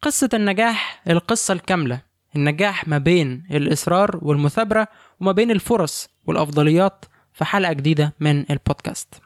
قصة النجاح القصة الكاملة، النجاح ما بين الإصرار والمثابرة وما بين الفرص والأفضليات في حلقة جديدة من البودكاست.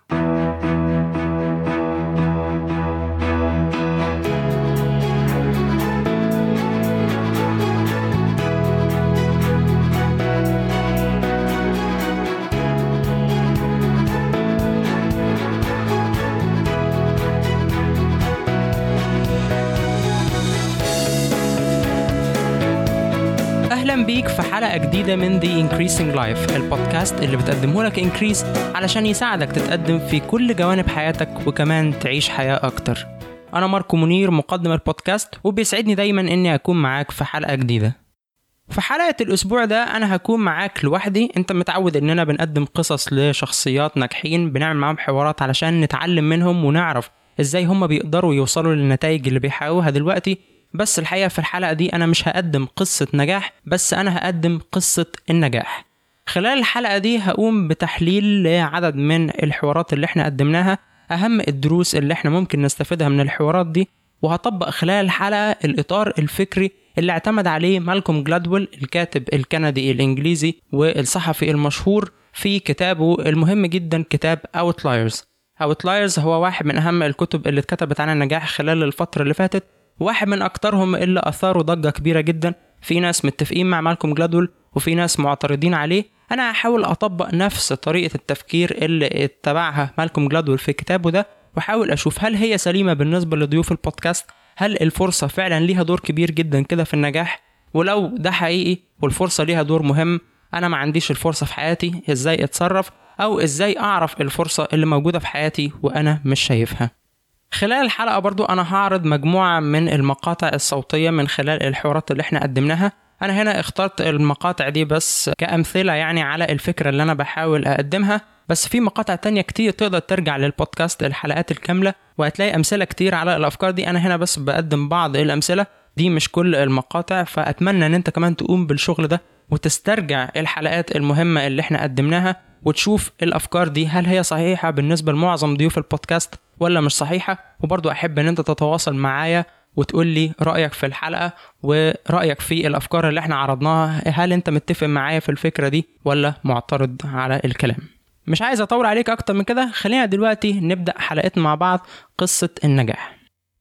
أهلا بيك في حلقة جديدة من The Increasing Life، البودكاست اللي بتقدمه لك Increase علشان يساعدك تتقدم في كل جوانب حياتك وكمان تعيش حياة أكتر. أنا ماركو منير مقدم البودكاست، وبيسعدني دايما إني أكون معاك في حلقة جديدة. في حلقة الأسبوع ده أنا هكون معاك لوحدي. أنت متعود إننا بنقدم قصص لشخصيات ناجحين، بنعمل معاهم حوارات علشان نتعلم منهم ونعرف إزاي هم بيقدروا يوصلوا للنتائج اللي بيحققوها دلوقتي. بس الحقيقة في الحلقة دي أنا مش هقدم قصة نجاح، بس أنا هقدم قصة النجاح. خلال الحلقة دي هقوم بتحليل لعدد من الحوارات اللي احنا قدمناها، أهم الدروس اللي احنا ممكن نستفيدها من الحوارات دي، وهطبق خلال الحلقة الإطار الفكري اللي اعتمد عليه مالكوم جلادويل، الكاتب الكندي الإنجليزي والصحفي المشهور، في كتابه المهم جدا كتاب Outliers. Outliers هو واحد من أهم الكتب اللي اتكتبت عن النجاح خلال الفترة اللي فاتت، واحد من أكترهم اللي أثاروا ضجة كبيرة جدا. في ناس متفقين مع مالكوم جلادويل وفي ناس معترضين عليه. أنا هحاول أطبق نفس طريقة التفكير اللي اتبعها مالكوم جلادويل في كتابه ده، وحاول أشوف هل هي سليمة بالنسبة لضيوف البودكاست، هل الفرصة فعلا ليها دور كبير جدا كده في النجاح، ولو ده حقيقي والفرصة ليها دور مهم، أنا ما عنديش الفرصة في حياتي، إزاي اتصرف أو إزاي أعرف الفرصة اللي موجودة في حياتي وأنا مش شايفها. خلال الحلقة برضو أنا هعرض مجموعة من المقاطع الصوتية من خلال الحوارات اللي احنا قدمناها. أنا هنا اخترت المقاطع دي بس كأمثلة يعني على الفكرة اللي أنا بحاول أقدمها، بس في مقاطع تانية كتير تقدر ترجع للبودكاست الحلقات الكاملة وهتلاقي أمثلة كتير على الأفكار دي. أنا هنا بس بقدم بعض الأمثلة دي، مش كل المقاطع، فأتمنى أن أنت كمان تقوم بالشغل ده وتسترجع الحلقات المهمة اللي احنا قدمناها وتشوف الأفكار دي هل هي صحيحة بالنسبة لمعظم ضيوف البودكاست ولا مش صحيحة. وبرضو أحب أن أنت تتواصل معايا وتقول لي رأيك في الحلقة ورأيك في الأفكار اللي احنا عرضناها، هل أنت متفق معايا في الفكرة دي ولا معترض على الكلام. مش عايز أطول عليك أكتر من كده، خلينا دلوقتي نبدأ حلقتنا مع بعض. قصة النجاح.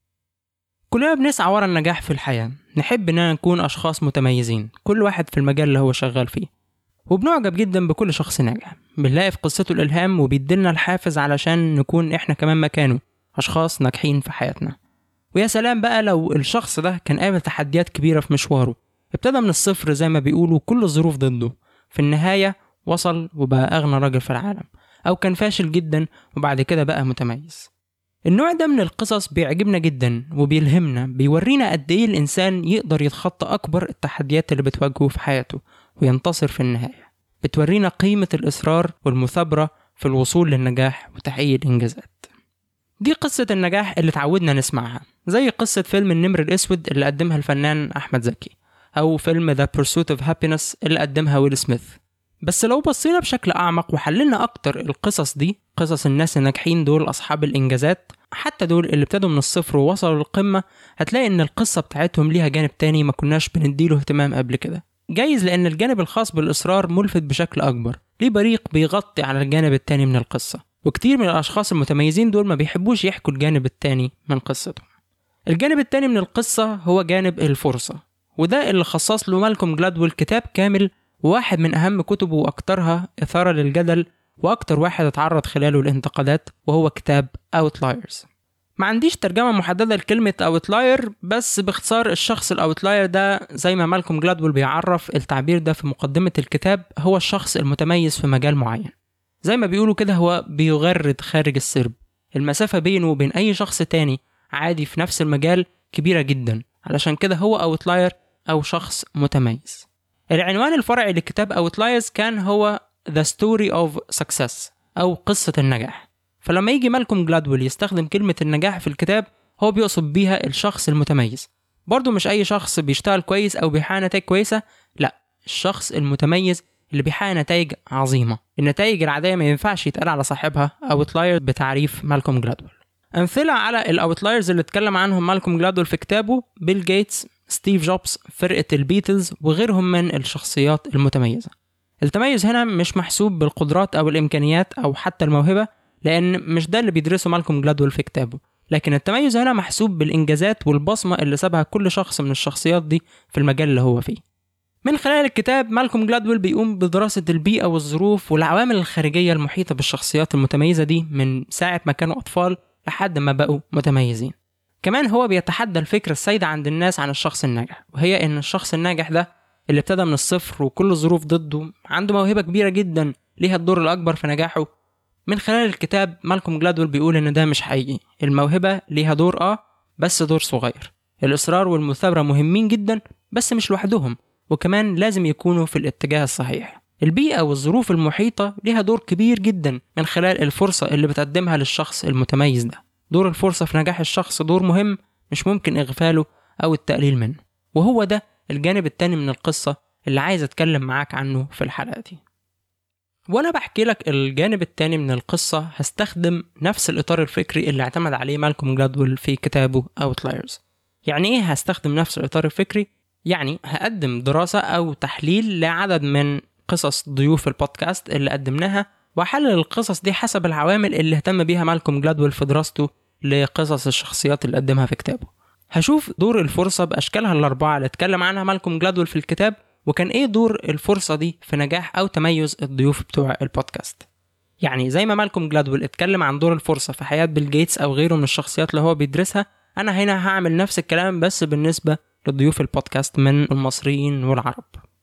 كلنا بنسعى ورا النجاح في الحياة، نحب أننا نكون أشخاص متميزين كل واحد في المجال اللي هو شغال فيه، وبنعجب جدا بكل شخص ناجح، بنلاقي في قصته الإلهام وبيدلنا الحافز علشان نكون إحنا كمان مكانه أشخاص ناجحين في حياتنا. ويا سلام بقى لو الشخص ده كان قابل تحديات كبيرة في مشواره، ابتدى من الصفر زي ما بيقولوا، كل الظروف ضده، في النهاية وصل وبقى أغنى راجل في العالم، أو كان فاشل جدا وبعد كده بقى متميز. النوع ده من القصص بيعجبنا جدا وبيلهمنا، بيورينا قد إيه الإنسان يقدر يتخطى أكبر التحديات اللي بتواجهه في حياته وينتصر في النهاية. بتورينا قيمة الإصرار والمثابرة في الوصول للنجاح وتحقيق الإنجازات. دي قصة النجاح اللي تعودنا نسمعها، زي قصة فيلم النمر الأسود اللي قدمها الفنان أحمد زكي، أو فيلم The Pursuit of Happiness اللي قدمها ويل سميث. بس لو بصينا بشكل أعمق وحللنا أكتر القصص دي، قصص الناس الناجحين دول أصحاب الإنجازات، حتى دول اللي ابتدوا من الصفر ووصلوا للقمة، هتلاقي إن القصة بتاعتهم ليها جانب تاني ما كناش بنديله اهتمام قبل كده. جايز لأن الجانب الخاص بالإصرار ملفت بشكل أكبر، ليه بريق بيغطي على الجانب التاني من القصة، وكتير من الأشخاص المتميزين دول ما بيحبوش يحكوا الجانب التاني من قصتهم. الجانب التاني من القصة هو جانب الفرصة، وده اللي خصص له مالكوم جلادويل كتاب كامل، وواحد من أهم كتبه وأكترها إثارة للجدل وأكتر واحد اتعرض خلاله الانتقادات، وهو كتاب Outliers. ما عنديش ترجمة محددة لكلمة Outlier، بس باختصار الشخص الأوتلاير ده زي ما مالكوم جلادويل بيعرف التعبير ده في مقدمة الكتاب، هو الشخص المتميز في مجال معين. زي ما بيقولوا كده هو بيغرد خارج السرب، المسافة بينه وبين أي شخص تاني عادي في نفس المجال كبيرة جدا، علشان كده هو أوتلاير أو شخص متميز. العنوان الفرعي للكتاب Outliers كان هو The Story of Success أو قصة النجاح. فلما يجي مالكوم جلادويل يستخدم كلمة النجاح في الكتاب، هو بيقصد بيها الشخص المتميز. برضو مش أي شخص بيشتغل كويس أو بيحقق نتائج كويسة، لا، الشخص المتميز اللي بيحقق نتائج عظيمة. النتائج العادية ما ينفعش يتقال على صاحبها Outlier بتعريف مالكوم جلادويل. أمثلة على الأوتلايرز اللي اتكلم عنهم مالكوم جلادويل في كتابه: بيل جيتس، ستيف جوبز، فرقة البيتلز، وغيرهم من الشخصيات المتميزة. التميز هنا مش محسوب بالقدرات أو الإمكانيات أو حتى الموهبة، لأن مش ده اللي بيدرسه مالكوم جلادويل في كتابه، لكن التميز هنا محسوب بالإنجازات والبصمة اللي سابها كل شخص من الشخصيات دي في المجال اللي هو فيه. من خلال الكتاب مالكوم جلادويل بيقوم بدراسة البيئة والظروف والعوامل الخارجية المحيطة بالشخصيات المتميزة دي من ساعة ما كانوا أطفال لحد ما بقوا متميزين. كمان هو بيتحدى الفكرة السائدة عند الناس عن الشخص الناجح، وهي إن الشخص الناجح ده اللي ابتدى من الصفر وكل الظروف ضده عنده موهبة كبيرة جدا ليها الدور الأكبر في نجاحه. من خلال الكتاب مالكوم جلادويل بيقول إن ده مش حقيقي، الموهبة ليها دور بس دور صغير. الإصرار والمثابرة مهمين جدا بس مش لوحدهم، وكمان لازم يكونوا في الاتجاه الصحيح. البيئة والظروف المحيطة ليها دور كبير جدا من خلال الفرصة اللي بتقدمها للشخص المتميز ده. دور الفرصة في نجاح الشخص دور مهم مش ممكن إغفاله أو التقليل منه، وهو ده الجانب التاني من القصة اللي عايز أتكلم معاك عنه في الحلقة دي. وأنا بحكي لك الجانب التاني من القصة هستخدم نفس الإطار الفكري اللي اعتمد عليه مالكوم جلادويل في كتابه Outliers. يعني إيه هستخدم نفس الإطار الفكري؟ يعني هقدم دراسة أو تحليل لعدد من قصص ضيوف البودكاست اللي قدمناها، وحلل القصص دي حسب العوامل اللي اهتم بيها مالكوم جلادويل في دراسته لقصص الشخصيات اللي قدمها في كتابه. هشوف دور الفرصة بأشكالها الأربعة اللي اتكلم عنها مالكوم جلادويل في الكتاب، وكان إيه دور الفرصة دي في نجاح أو تميز الضيوف بتوع البودكاست. يعني زي ما مالكوم جلادويل اتكلم عن دور الفرصة في حياة بيل جيتس أو غيره من الشخصيات اللي هو بيدرسها، أنا هنا هعمل نفس الكلام بس بالنسبة لضيوف البودكاست من المصريين والعرب.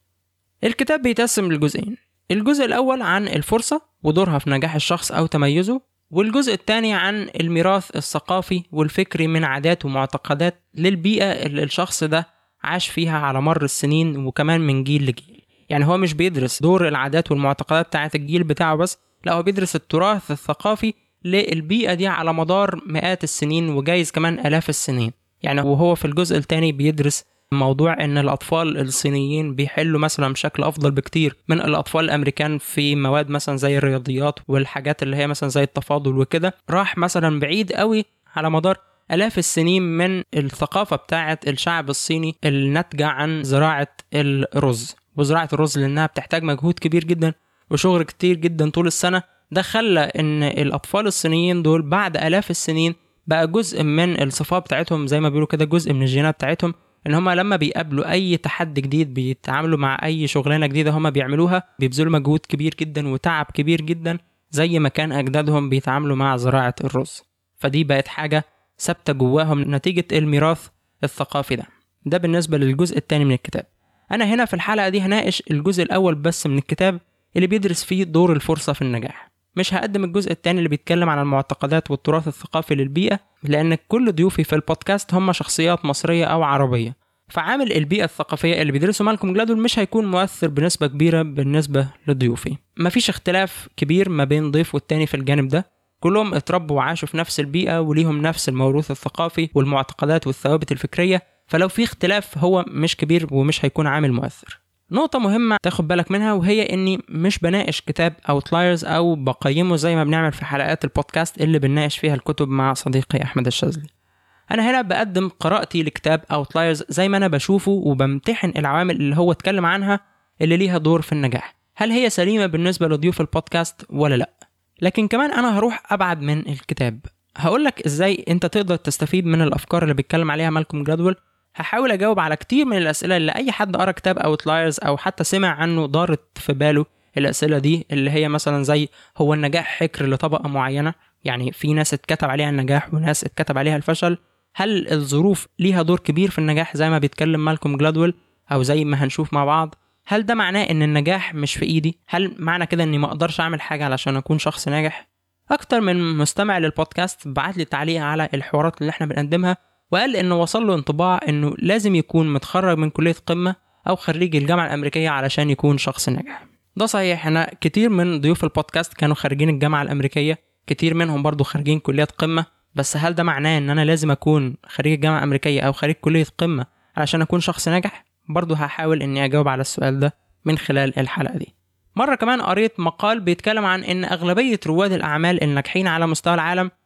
الكتاب بيتقسم لجزئين: الجزء الأول عن الفرصة ودورها في نجاح الشخص أو تميزه، والجزء الثاني عن الميراث الثقافي والفكري من عادات ومعتقدات للبيئة اللي الشخص ده عاش فيها على مر السنين وكمان من جيل لجيل. يعني هو مش بيدرس دور العادات والمعتقدات بتاعت الجيل بتاعه بس، لا هو بيدرس التراث الثقافي للبيئة دي على مدار مئات السنين وجايز كمان آلاف السنين. يعني وهو في الجزء الثاني بيدرس موضوع ان الاطفال الصينيين بيحلوا مثلا بشكل افضل بكتير من الاطفال الامريكان في مواد مثلا زي الرياضيات والحاجات اللي هي مثلا زي التفاضل وكده. راح مثلا بعيد قوي على مدار آلاف السنين من الثقافة بتاعة الشعب الصيني الناتجة عن زراعة الرز، وزراعة الرز لأنها بتحتاج مجهود كبير جدا وشغل كتير جدا طول السنة. ده خلى ان الاطفال الصينيين دول بعد آلاف السنين بقى جزء من الصفات بتاعتهم، زي ما بيقولوا كده جزء من الجينات بتاعتهم، ان هما لما بيقابلوا اي تحدي جديد بيتعاملوا مع اي شغلانه جديده هما بيعملوها بيبذلوا مجهود كبير جدا وتعب كبير جدا زي ما كان اجدادهم بيتعاملوا مع زراعه الرز. فدي بقت حاجه ثابته جواهم نتيجه الميراث الثقافي ده بالنسبه للجزء الثاني من الكتاب. انا هنا في الحلقه دي هناقش الجزء الاول بس من الكتاب اللي بيدرس فيه دور الفرصه في النجاح. مش هقدم الجزء الثاني اللي بيتكلم عن المعتقدات والتراث الثقافي للبيئة، لأن كل ضيوفي في البودكاست هم شخصيات مصرية أو عربية، فعامل البيئة الثقافية اللي بيدرسه مالكوم جلادويل مش هيكون مؤثر بنسبة كبيرة بالنسبة لضيوفي. مفيش اختلاف كبير ما بين ضيف والتاني في الجانب ده، كلهم اتربوا وعاشوا في نفس البيئة وليهم نفس الموروث الثقافي والمعتقدات والثوابت الفكرية، فلو في اختلاف هو مش كبير ومش هيكون عامل مؤثر. نقطة مهمة تاخد بالك منها وهي اني مش بناقش كتاب Outliers او بقيمه زي ما بنعمل في حلقات البودكاست اللي بنناقش فيها الكتب مع صديقي احمد الشاذلي. انا هنا بقدم قراءتي لكتاب Outliers زي ما انا بشوفه وبمتحن العوامل اللي هو اتكلم عنها اللي ليها دور في النجاح، هل هي سليمة بالنسبة لضيوف البودكاست ولا لا. لكن كمان انا هروح ابعد من الكتاب، هقولك ازاي انت تقدر تستفيد من الافكار اللي بيتكلم عليها مالكوم جلادويل. هحاول أجاوب على كتير من الأسئلة اللي أي حد قرأ كتاب Outliers أو حتى سمع عنه دارت في باله الأسئلة دي، اللي هي مثلا زي هو النجاح حكر لطبقة معينة؟ يعني في ناس اتكتب عليها النجاح وناس اتكتب عليها الفشل. هل الظروف ليها دور كبير في النجاح زي ما بيتكلم مالكوم جلادويل أو زي ما هنشوف مع بعض؟ هل ده معناه إن النجاح مش في إيدي؟ هل معنى كده إني ما أقدرش أعمل حاجة علشان أكون شخص ناجح؟ أكتر من مستمع للبودكاست بعت لي تعليق على الحوارات اللي احنا بنقدمها وقال إنه وصل له انطباع إنه لازم يكون متخرج من كلية قمة أو خريج الجامعة الأمريكية علشان يكون شخص ناجح. ده صحيح، أنا كتير من ضيوف البودكاست كانوا خارجين الجامعة الأمريكية، كتير منهم برضو خارجين كليات قمة، بس هل ده معناه إن أنا لازم أكون خريج الجامعة الأمريكية أو خريج كلية قمة علشان أكون شخص ناجح؟ برضو هحاول إني أجاوب على السؤال ده من خلال الحلقة دي. مرة كمان قريت مقال بيتكلم عن إن أغلبية رواد الأعمال الناجحين على مستوى العالم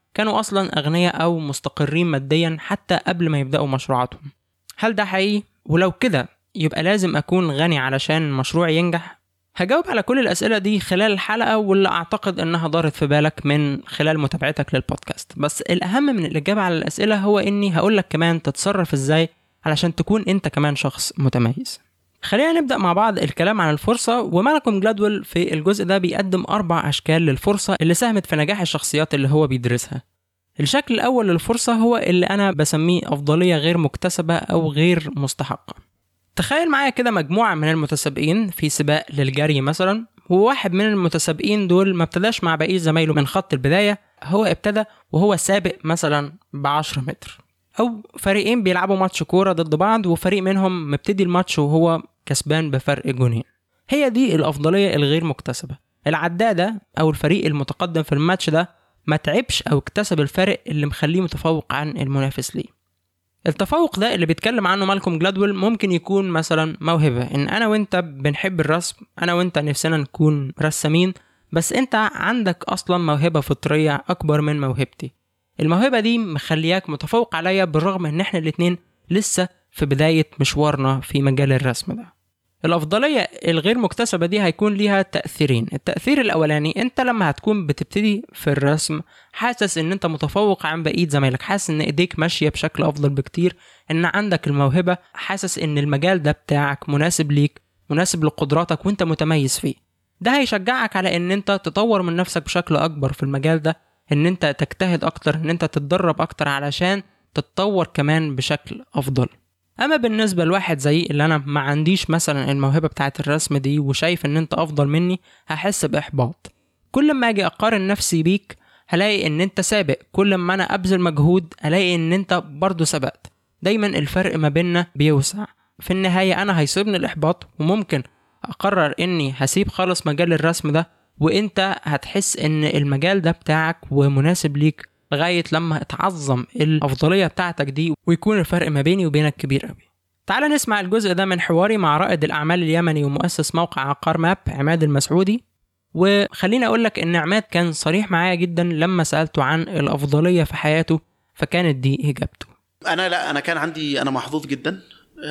كانوا أصلا أغنياء أو مستقرين ماديا حتى قبل ما يبدأوا مشروعاتهم. هل ده حقيقي؟ ولو كده يبقى لازم أكون غني علشان المشروع ينجح؟ هجاوب على كل الأسئلة دي خلال الحلقة، واللي أعتقد أنها دارت في بالك من خلال متابعتك للبودكاست. بس الأهم من الإجابة على الأسئلة هو إني هقولك كمان تتصرف إزاي علشان تكون أنت كمان شخص متميز. خلينا نبدأ مع بعض الكلام عن الفرصة. ومالكوم جلادويل في الجزء ده بيقدم 4 أشكال للفرصة اللي ساهمت في نجاح الشخصيات اللي هو بيدرسها. الشكل الأول للفرصة هو اللي أنا بسميه أفضلية غير مكتسبة أو غير مستحقة. تخيل معايا كده مجموعة من المتسابقين في سباق للجري مثلا، وواحد من المتسابقين دول ما ابتداش مع بقية زمايله من خط البداية، هو ابتدى وهو سابق مثلا ب10 متر. أو فريقين بيلعبوا ماتش كورة ضد بعض، وفريق منهم مبتدي الماتش وهو كسبان بفرق جونين. هي دي الأفضلية الغير مكتسبة. العدادة أو الفريق المتقدم في الماتش ده ما تعبش أو اكتسب الفرق اللي مخليه متفوق عن المنافس ليه. التفوق ده اللي بيتكلم عنه مالكوم جلادويل ممكن يكون مثلا موهبة، إن أنا وإنت بنحب الرسم، أنا وإنت نفسنا نكون رسامين، بس إنت عندك أصلا موهبة فطرية أكبر من موهبتي. الموهبة دي مخلياك متفوق عليا بالرغم إن إحنا الاتنين لسه في بداية مشوارنا في مجال الرسم ده. الأفضلية الغير مكتسبة دي هيكون ليها تأثيرين. التأثير الأولاني، أنت لما هتكون بتبتدي في الرسم حاسس إن أنت متفوق عن بقية زمايلك، حاسس إن إيديك ماشية بشكل أفضل بكتير، إن عندك الموهبة، حاسس إن المجال ده بتاعك مناسب ليك، مناسب لقدراتك وأنت متميز فيه. ده هيشجعك على إن أنت تطور من نفسك بشكل أكبر في المجال ده، إن أنت تجتهد أكتر، إن أنت تتدرب أكتر علشان تتطور كمان بشكل أفضل. اما بالنسبه لواحد زي اللي انا ما عنديش مثلا الموهبه بتاعه الرسم دي وشايف ان انت افضل مني، هحس باحباط. كل ما اجي اقارن نفسي بيك هلاقي ان انت سابق، كل ما انا ابذل مجهود الاقي ان انت برضو سبقت. دايما الفرق ما بيننا بيوسع. في النهايه انا هيصيبني الاحباط، وممكن اقرر اني هسيب خالص مجال الرسم ده، وانت هتحس ان المجال ده بتاعك ومناسب ليك لغاية لما اتعظم الأفضلية بتاعتك دي ويكون الفرق ما بيني وبينك كبير قوي. تعال نسمع الجزء ده من حواري مع رائد الأعمال اليمني ومؤسس موقع عقار ماب عماد المسعودي. وخليني أقولك إن عماد كان صريح معايا جدا لما سألته عن الأفضلية في حياته، فكانت دي إجابته. أنا كان عندي، أنا محظوظ جدا.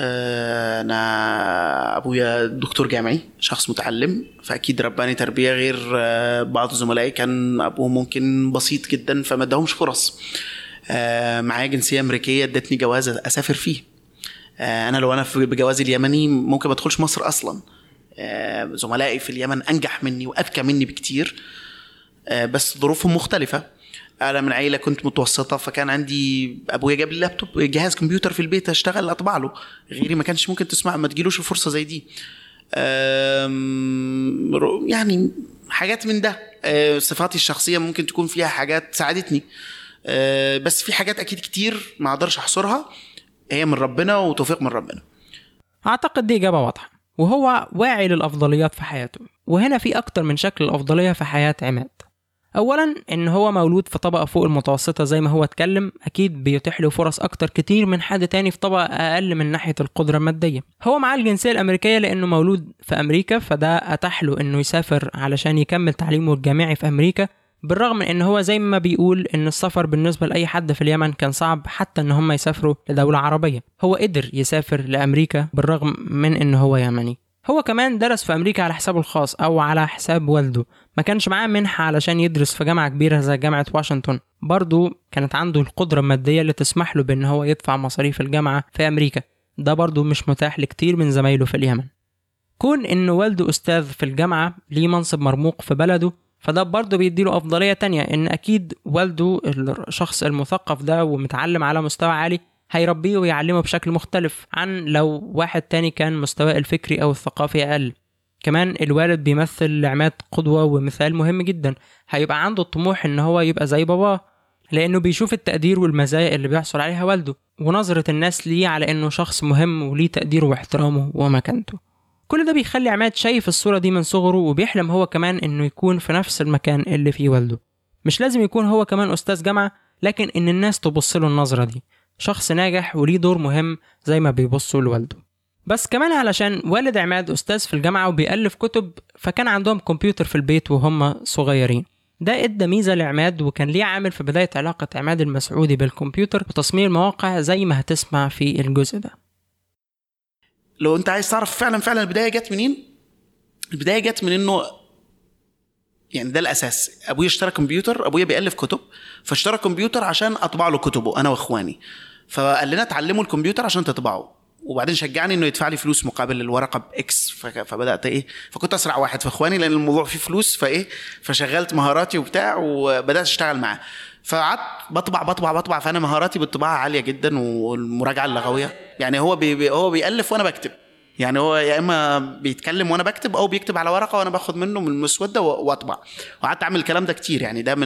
أنا أبويا دكتور جامعي، شخص متعلم، فأكيد رباني تربية غير بعض زملائي كان أبوهم ممكن بسيط جدا فما ادهمش فرص. معايا جنسية أمريكية ادتني جواز أسافر فيه. أنا لو أنا بجوازي اليمني ممكن ما أدخلش مصر أصلا. زملائي في اليمن أنجح مني وأذكى مني بكتير، بس ظروفهم مختلفة. أنا من عائلة كنت متوسطة، فكان عندي أبويا جاب لي لابتوب، جهاز كمبيوتر في البيت أشتغل أطبع له. غيري ما كانش ممكن تسمع، ما تجيلوش الفرصة زي دي. يعني حاجات من ده. صفاتي الشخصية ممكن تكون فيها حاجات ساعدتني، بس في حاجات أكيد كتير ما أقدرش أحصرها، هي من ربنا وتوفيق من ربنا. أعتقد دي إجابة واضحة، وهو واعي للأفضليات في حياته. وهنا في أكتر من شكل الأفضلية في حياة عماد. اولا ان هو مولود في طبقه فوق المتوسطه زي ما هو اتكلم، اكيد بيتيح له فرص اكتر كتير من حد تاني في طبقه اقل من ناحيه القدره الماديه. هو معاه الجنسيه الامريكيه لانه مولود في امريكا، فده اتاح له انه يسافر علشان يكمل تعليمه الجامعي في امريكا، بالرغم من ان هو زي ما بيقول ان السفر بالنسبه لاي حد في اليمن كان صعب، حتى ان هم يسافروا لدوله عربيه. هو قدر يسافر لامريكا بالرغم من ان هو يمني. هو كمان درس في أمريكا على حسابه الخاص أو على حساب والده، ما كانش معاه منحة علشان يدرس في جامعة كبيرة زي جامعة واشنطن. برضو كانت عنده القدرة المادية اللي تسمح له بأن هو يدفع مصاريف الجامعة في أمريكا، ده برضو مش متاح لكتير من زمايله في اليمن. كون إنه والده أستاذ في الجامعة ليه منصب مرموق في بلده، فده برضو بيديله أفضلية تانية، إن أكيد والده الشخص المثقف ده ومتعلم على مستوى عالي هيربيه ويعلمه بشكل مختلف عن لو واحد تاني كان مستواه الفكري أو الثقافي أقل. كمان الوالد بيمثل لعماد قدوة ومثال مهم جدا، هيبقى عنده الطموح إن هو يبقى زي باباه، لأنه بيشوف التقدير والمزايا اللي بيحصل عليها والده، ونظرة الناس ليه على إنه شخص مهم وليه تقديره واحترامه ومكانته. كل ده بيخلي عماد شايف الصورة دي من صغره، وبيحلم هو كمان إنه يكون في نفس المكان اللي فيه والده. مش لازم يكون هو كمان أستاذ جامعة، لكن إن الناس تبصله النظرة دي، شخص ناجح وليه دور مهم زي ما بيبصوا لوالده. بس كمان علشان والد عماد أستاذ في الجامعة وبيألف كتب، فكان عندهم كمبيوتر في البيت وهم صغيرين. ده ادى ميزة لعماد، وكان ليه عامل في بداية علاقة عماد المسعودي بالكمبيوتر وتصميم المواقع زي ما هتسمع في الجزء ده. لو انت عايز تعرف فعلا البداية جت منين، البداية جت من انه يعني ده الاساس. ابويا اشترى كمبيوتر، ابويا بيألف كتب، فاشترى كمبيوتر عشان اطبع له كتبه انا واخواني، فقال لنا اتعلموا الكمبيوتر عشان تطبعوا، وبعدين شجعني انه يدفع لي فلوس مقابل الورقه باكس. فبدات فكنت اسرع واحد في اخواني لان الموضوع فيه فلوس، فشغلت مهاراتي وبتاع وبدات اشتغل معاه. فقعدت بطبع فانا مهاراتي بالطباعه عاليه جدا، والمراجعه اللغويه. يعني هو بيألف وانا بكتب، يعني هو يا اما بيتكلم وانا بكتب او بيكتب على ورقه وانا باخد منه من المسوده واطبع. وقعدت اعمل الكلام ده كتير، يعني ده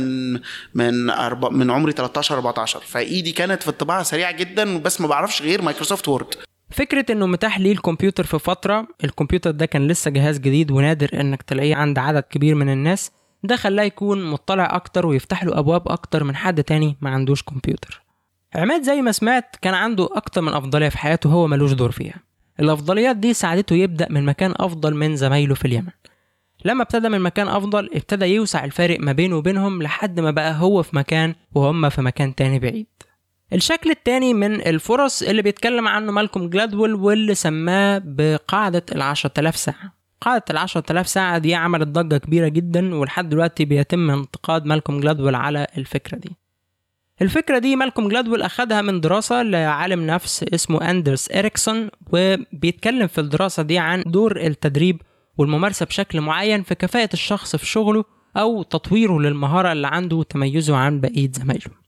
من عمري 13 14. فايدي كانت في الطباعه سريعه جدا، بس ما بعرفش غير مايكروسوفت وورد. فكرة انه متاح ليه الكمبيوتر في فترة، الكمبيوتر ده كان لسه جهاز جديد ونادر انك تلاقيه عند عدد كبير من الناس، ده خلاه يكون مطلع اكتر ويفتح له ابواب اكتر من حد تاني ما عندوش كمبيوتر. عماد زي ما سمعت كان عنده اكتر من افضلية في حياته هو ملوش دور فيها. الافضليات دي ساعدته يبدأ من مكان افضل من زمايله في اليمن. لما ابتدى من مكان افضل ابتدى يوسع الفارق ما بينه وبينهم لحد ما بقى هو في مكان وهم في مكان تاني بعيد. الشكل التاني من الفرص اللي بيتكلم عنه مالكوم جلادويل واللي سماه بقاعدة 10,000 ساعة. قاعدة 10,000 ساعة دي عملت ضجة كبيرة جدا، ولحد دلوقتي بيتم انتقاد مالكوم جلادويل على الفكرة دي. الفكرة دي مالكوم جلادويل أخدها من دراسة لعالم نفس اسمه أندرس إريكسون، وبيتكلم في الدراسة دي عن دور التدريب والممارسة بشكل معين في كفاءة الشخص في شغله أو تطويره للمهارة اللي عنده وتميزه عن بقية زمايله.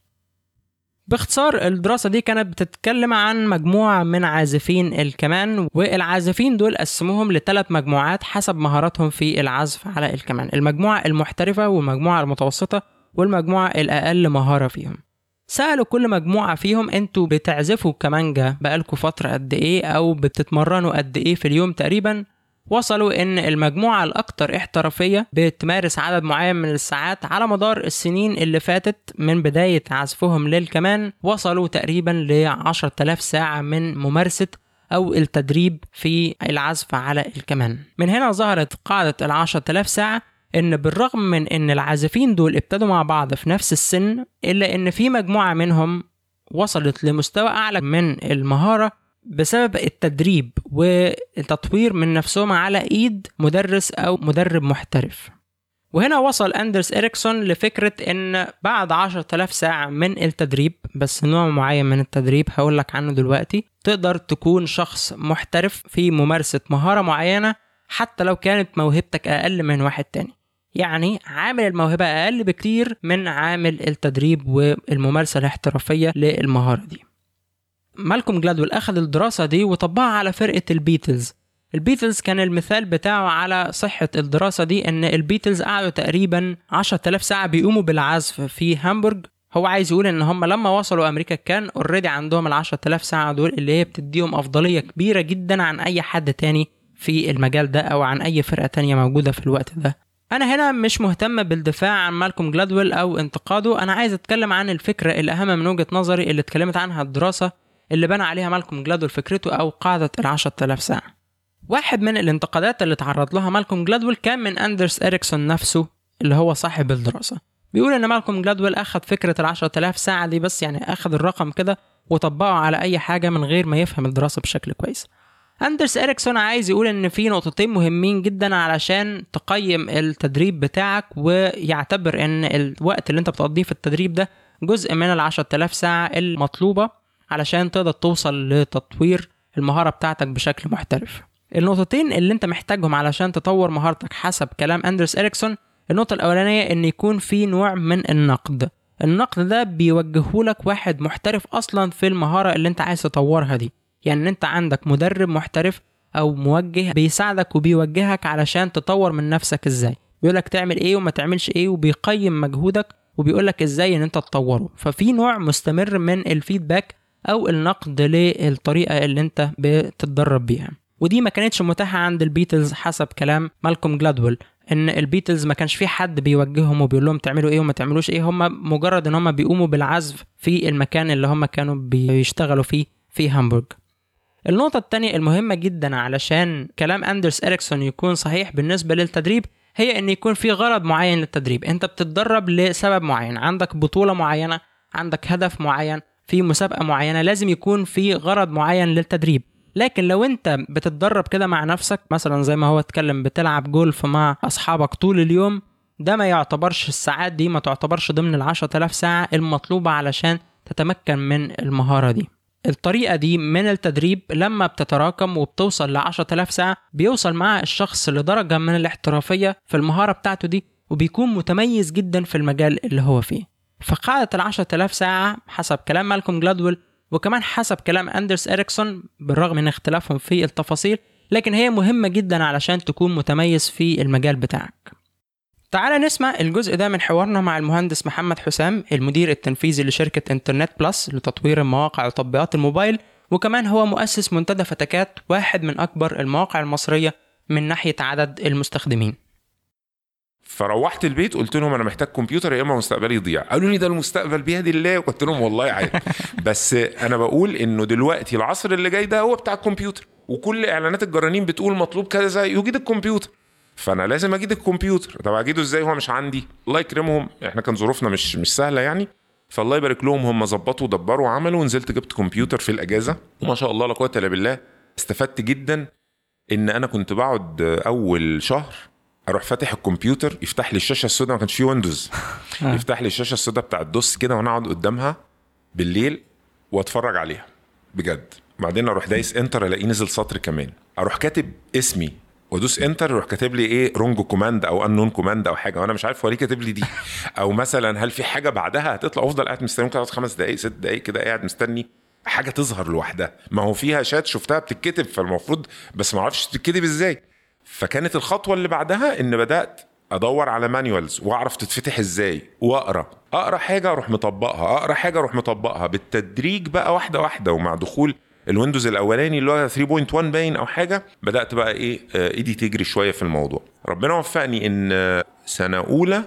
باختصار الدراسة دي كانت بتتكلم عن مجموعة من عازفين الكمان، والعازفين دول قسموهم لثلاث مجموعات حسب مهاراتهم في العزف على الكمان: المجموعة المحترفة والمجموعة المتوسطة والمجموعة الأقل مهارة فيهم. سألوا كل مجموعة فيهم انتوا بتعزفوا كمانجا بقالكوا فترة قد ايه او بتتمرنوا قد ايه في اليوم تقريبا. وصلوا ان المجموعة الاكثر احترافية بتمارس عدد معين من الساعات على مدار السنين اللي فاتت من بداية عزفهم للكمان، وصلوا تقريبا ل10,000 ساعة من ممارسة او التدريب في العزف على الكمان. من هنا ظهرت قاعدة 10,000 ساعة، ان بالرغم من ان العازفين دول ابتدوا مع بعض في نفس السن، الا ان في مجموعة منهم وصلت لمستوى اعلى من المهارة بسبب التدريب والتطوير من نفسهم على ايد مدرس او مدرب محترف. وهنا وصل أندرس إريكسون لفكرة ان بعد 10,000 ساعة من التدريب، بس نوع معين من التدريب هقولك عنه دلوقتي، تقدر تكون شخص محترف في ممارسة مهارة معينة حتى لو كانت موهبتك اقل من واحد تاني. يعني عامل الموهبة أقل بكتير من عامل التدريب والممارسة الاحترافية للمهارة دي. مالكوم جلادويل أخذ الدراسة دي وطبقها على فرقة البيتلز. البيتلز كان المثال بتاعه على صحة الدراسة دي، إن البيتلز قعدوا تقريبا 10,000 ساعة بيقوموا بالعزف في هامبورغ. هو عايز يقول إن هم لما وصلوا أمريكا كان اوريدي عندهم 10,000 ساعة دول اللي هي بتديهم أفضلية كبيرة جدا عن أي حد تاني في المجال ده أو عن أي فرقة تانية موجودة في الوقت ده. أنا هنا مش مهتم بالدفاع عن مالكوم جلادويل أو انتقاده، أنا عايز أتكلم عن الفكرة الأهم من وجهة نظري اللي اتكلمت عنها الدراسة اللي بنى عليها مالكوم جلادويل فكرته أو قاعدة 10,000 ساعة. واحد من الانتقادات اللي تعرض لها مالكوم جلادويل كان من أندرس إريكسون نفسه اللي هو صاحب الدراسة. بيقول إن مالكوم جلادويل أخذ فكرة 10,000 ساعة دي بس، يعني أخذ الرقم كده وطبقه على أي حاجة من غير ما يفهم الدراسة بشكل كويس. أندرس إريكسون عايز يقول إن في نقطتين مهمين جدا علشان تقيم التدريب بتاعك، ويعتبر إن الوقت اللي أنت بتقضيه في التدريب ده جزء من 10,000 ساعة المطلوبة علشان تقدر توصل لتطوير المهارة بتاعتك بشكل محترف. النقطتين اللي أنت محتاجهم علشان تطور مهارتك حسب كلام أندرس إريكسون: النقطة الأولانية إن يكون في نوع من النقد. النقد ده بيوجههولك واحد محترف أصلا في المهارة اللي أنت عايز تطورها دي. يعني انت عندك مدرب محترف او موجه بيساعدك وبيوجهك علشان تطور من نفسك ازاي، بيقولك تعمل ايه وما تعملش ايه، وبيقيم مجهودك وبيقولك ازاي ان انت تطوره. ففي نوع مستمر من الفيدباك او النقد للطريقة اللي انت بتتدرب بيها، ودي ما كانتش متاحة عند البيتلز حسب كلام مالكوم جلادويل. ان البيتلز ما كانش في حد بيوجههم وبيقول لهم تعملوا ايه وما تعملوش ايه، هم مجرد ان هم بيقوموا بالعزف في المكان اللي هم كانوا بيشتغلوا فيه في هامبورغ. النقطة التانية المهمة جدا علشان كلام أندرس إريكسون يكون صحيح بالنسبة للتدريب، هي ان يكون في غرض معين للتدريب. انت بتتدرب لسبب معين، عندك بطولة معينة، عندك هدف معين، في مسابقة معينة، لازم يكون في غرض معين للتدريب. لكن لو انت بتتدرب كده مع نفسك، مثلا زي ما هو اتكلم بتلعب جولف مع اصحابك طول اليوم، ده ما يعتبرش، الساعات دي ما تعتبرش ضمن 10,000 ساعة المطلوبة علشان تتمكن من المهارة دي. الطريقة دي من التدريب لما بتتراكم وبتوصل 10,000 ساعة، بيوصل مع الشخص لدرجة من الاحترافية في المهارة بتاعته دي، وبيكون متميز جدا في المجال اللي هو فيه. فقاعدة 10,000 ساعة حسب كلام مالكوم جلادويل وكمان حسب كلام أندرس إريكسون، بالرغم من اختلافهم في التفاصيل، لكن هي مهمة جدا علشان تكون متميز في المجال بتاعك. تعال نسمع الجزء ده من حوارنا مع المهندس محمد حسام، المدير التنفيذي لشركة انترنت بلس لتطوير المواقع وتطبيقات الموبايل، وكمان هو مؤسس منتدى فتكات، واحد من أكبر المواقع المصرية من ناحية عدد المستخدمين. فروحت البيت قلت لهم انا محتاج كمبيوتر يا اما مستقبلي يضيع. قالوا لي ده المستقبل بيد الله، قلت لهم والله عادي بس انا بقول انه دلوقتي العصر اللي جاي ده هو بتاع الكمبيوتر، وكل اعلانات الجرانين بتقول مطلوب كذا يجيد الكمبيوتر، فانا لازم اجيد الكمبيوتر. طب اجيده ازاي هو مش عندي؟ الله يكرمهم، احنا كان ظروفنا مش سهله يعني، فالله يبارك لهم هم ظبطوا ودبروا وعملوا، ونزلت جبت كمبيوتر في الاجازه، وما شاء الله لا قوه الا بالله. استفدت جدا ان انا كنت بقعد اول شهر اروح فاتح الكمبيوتر يفتح لي الشاشه السوداء، ما كانش فيه ويندوز، يفتح لي الشاشه السوداء بتاع الدوس كده، وانا اقعد قدامها بالليل واتفرج عليها بجد. بعدين اروح دايس انتر الاقيه نزل سطر كمان، اروح كاتب اسمي وادوس انتر يروح كاتب لي ايه رونج كوماند او انون كوماند او حاجه، وانا مش عارف هو ليه كاتب لي دي، او مثلا هل في حاجه بعدها هتطلع، وافضل قاعد مستني، ممكن اقعد 5 دقائق 6 دقائق كده قاعد مستني حاجه تظهر لوحدها. ما هو فيها شات شفتها بتتكتب فالمفروض، بس ما اعرفش تتكتب ازاي. فكانت الخطوه اللي بعدها ان بدات ادور على مانيوالز واعرف تتفتح ازاي، واقرا حاجه اروح مطبقها بالتدريج بقى واحده واحده. ومع دخول الويندوز الاولاني اللي هو 3.1 باين او حاجه، بدات بقى ايه ايدي تجري شويه في الموضوع. ربنا وفقني ان سنه اولى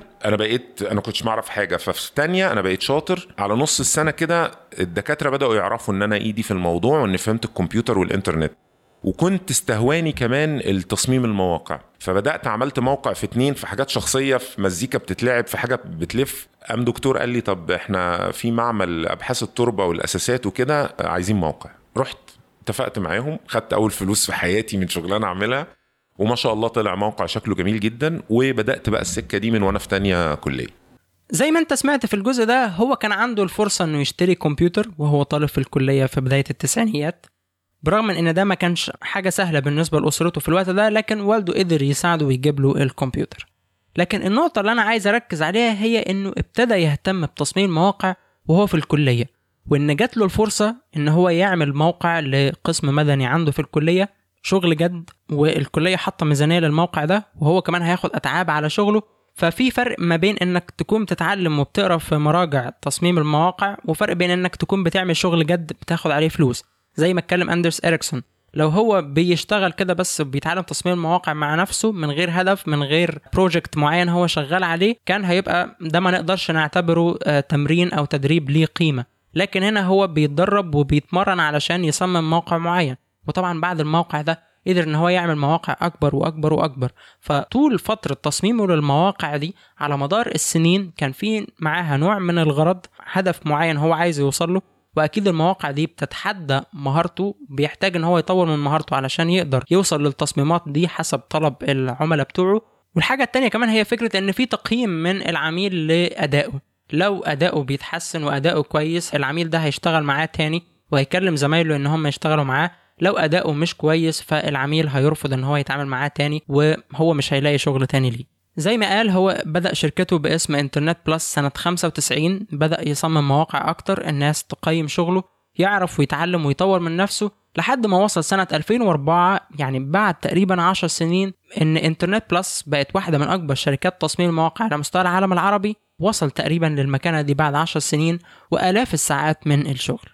انا كنتش معرف حاجه، ففي ثانيه انا بقيت شاطر. على نص السنه كده الدكاتره بداوا يعرفوا ان انا ايدي في الموضوع وان فهمت الكمبيوتر والانترنت، وكنت استهواني كمان التصميم المواقع. فبدأت عملت موقع في 2 في حاجات شخصية، في مزيكا بتتلعب، في حاجة بتلف. قام دكتور قال لي طب احنا في معمل أبحاث التربة والأساسات وكده عايزين موقع. رحت اتفقت معاهم، خدت أول فلوس في حياتي من شغلانة أعملها، وما شاء الله طلع موقع شكله جميل جدا. وبدأت بقى السكة دي من وانا في تانية كلية. زي ما انت سمعت في الجزء ده، هو كان عنده الفرصة انه يشتري كمبيوتر وهو طالب في الكلية في بداية التسعينيات، برغم من ان ده ما كانش حاجة سهلة بالنسبة لأسرته في الوقت ده، لكن والده قدر يساعده ويجيب له الكمبيوتر. لكن النقطة اللي انا عايز اركز عليها هي انه ابتدى يهتم بتصميم مواقع وهو في الكلية، وان جات له الفرصة ان هو يعمل موقع لقسم مدني عنده في الكلية، شغل جد، والكلية حاطة ميزانية للموقع ده، وهو كمان هياخد اتعاب على شغله. ففي فرق ما بين انك تكون بتتعلم وبتقرأ في مراجع تصميم المواقع، وفرق بين انك تكون بتعمل شغل جد بتاخد عليه فلوس. زي ما اتكلم أندرس إريكسون، لو هو بيشتغل كده بس بيتعلم تصميم المواقع مع نفسه من غير هدف، من غير بروجكت معين هو شغال عليه، كان هيبقى ده ما نقدرش نعتبره تمرين أو تدريب ليه قيمة. لكن هنا هو بيتدرب وبيتمرن علشان يصمم موقع معين، وطبعا بعد الموقع ده قدر ان هو يعمل مواقع اكبر واكبر واكبر. فطول فترة تصميمه للمواقع دي على مدار السنين كان في معاها نوع من الغرض، هدف معين هو عايز يوصل له. واكيد المواقع دي بتتحدى مهارته، بيحتاج ان هو يطور من مهارته علشان يقدر يوصل للتصميمات دي حسب طلب العملاء بتوعه. والحاجة التانية كمان هي فكرة ان في تقييم من العميل لأدائه. لو أدائه بيتحسن وأدائه كويس، العميل ده هيشتغل معاه تاني وهيكلم زمايله ان هم يشتغلوا معاه. لو أدائه مش كويس فالعميل هيرفض ان هو يتعامل معاه تاني، وهو مش هيلاقي شغل تاني ليه. زي ما قال، هو بدأ شركته باسم انترنت بلس سنة 95، بدأ يصمم مواقع أكتر، الناس تقيم شغله، يعرف ويتعلم ويطور من نفسه، لحد ما وصل سنة 2004، يعني بعد تقريبا 10 سنين، ان انترنت بلس بقت واحدة من أكبر شركات تصميم المواقع على مستوى العالم العربي. وصل تقريبا للمكانة دي بعد 10 سنين وآلاف الساعات من الشغل.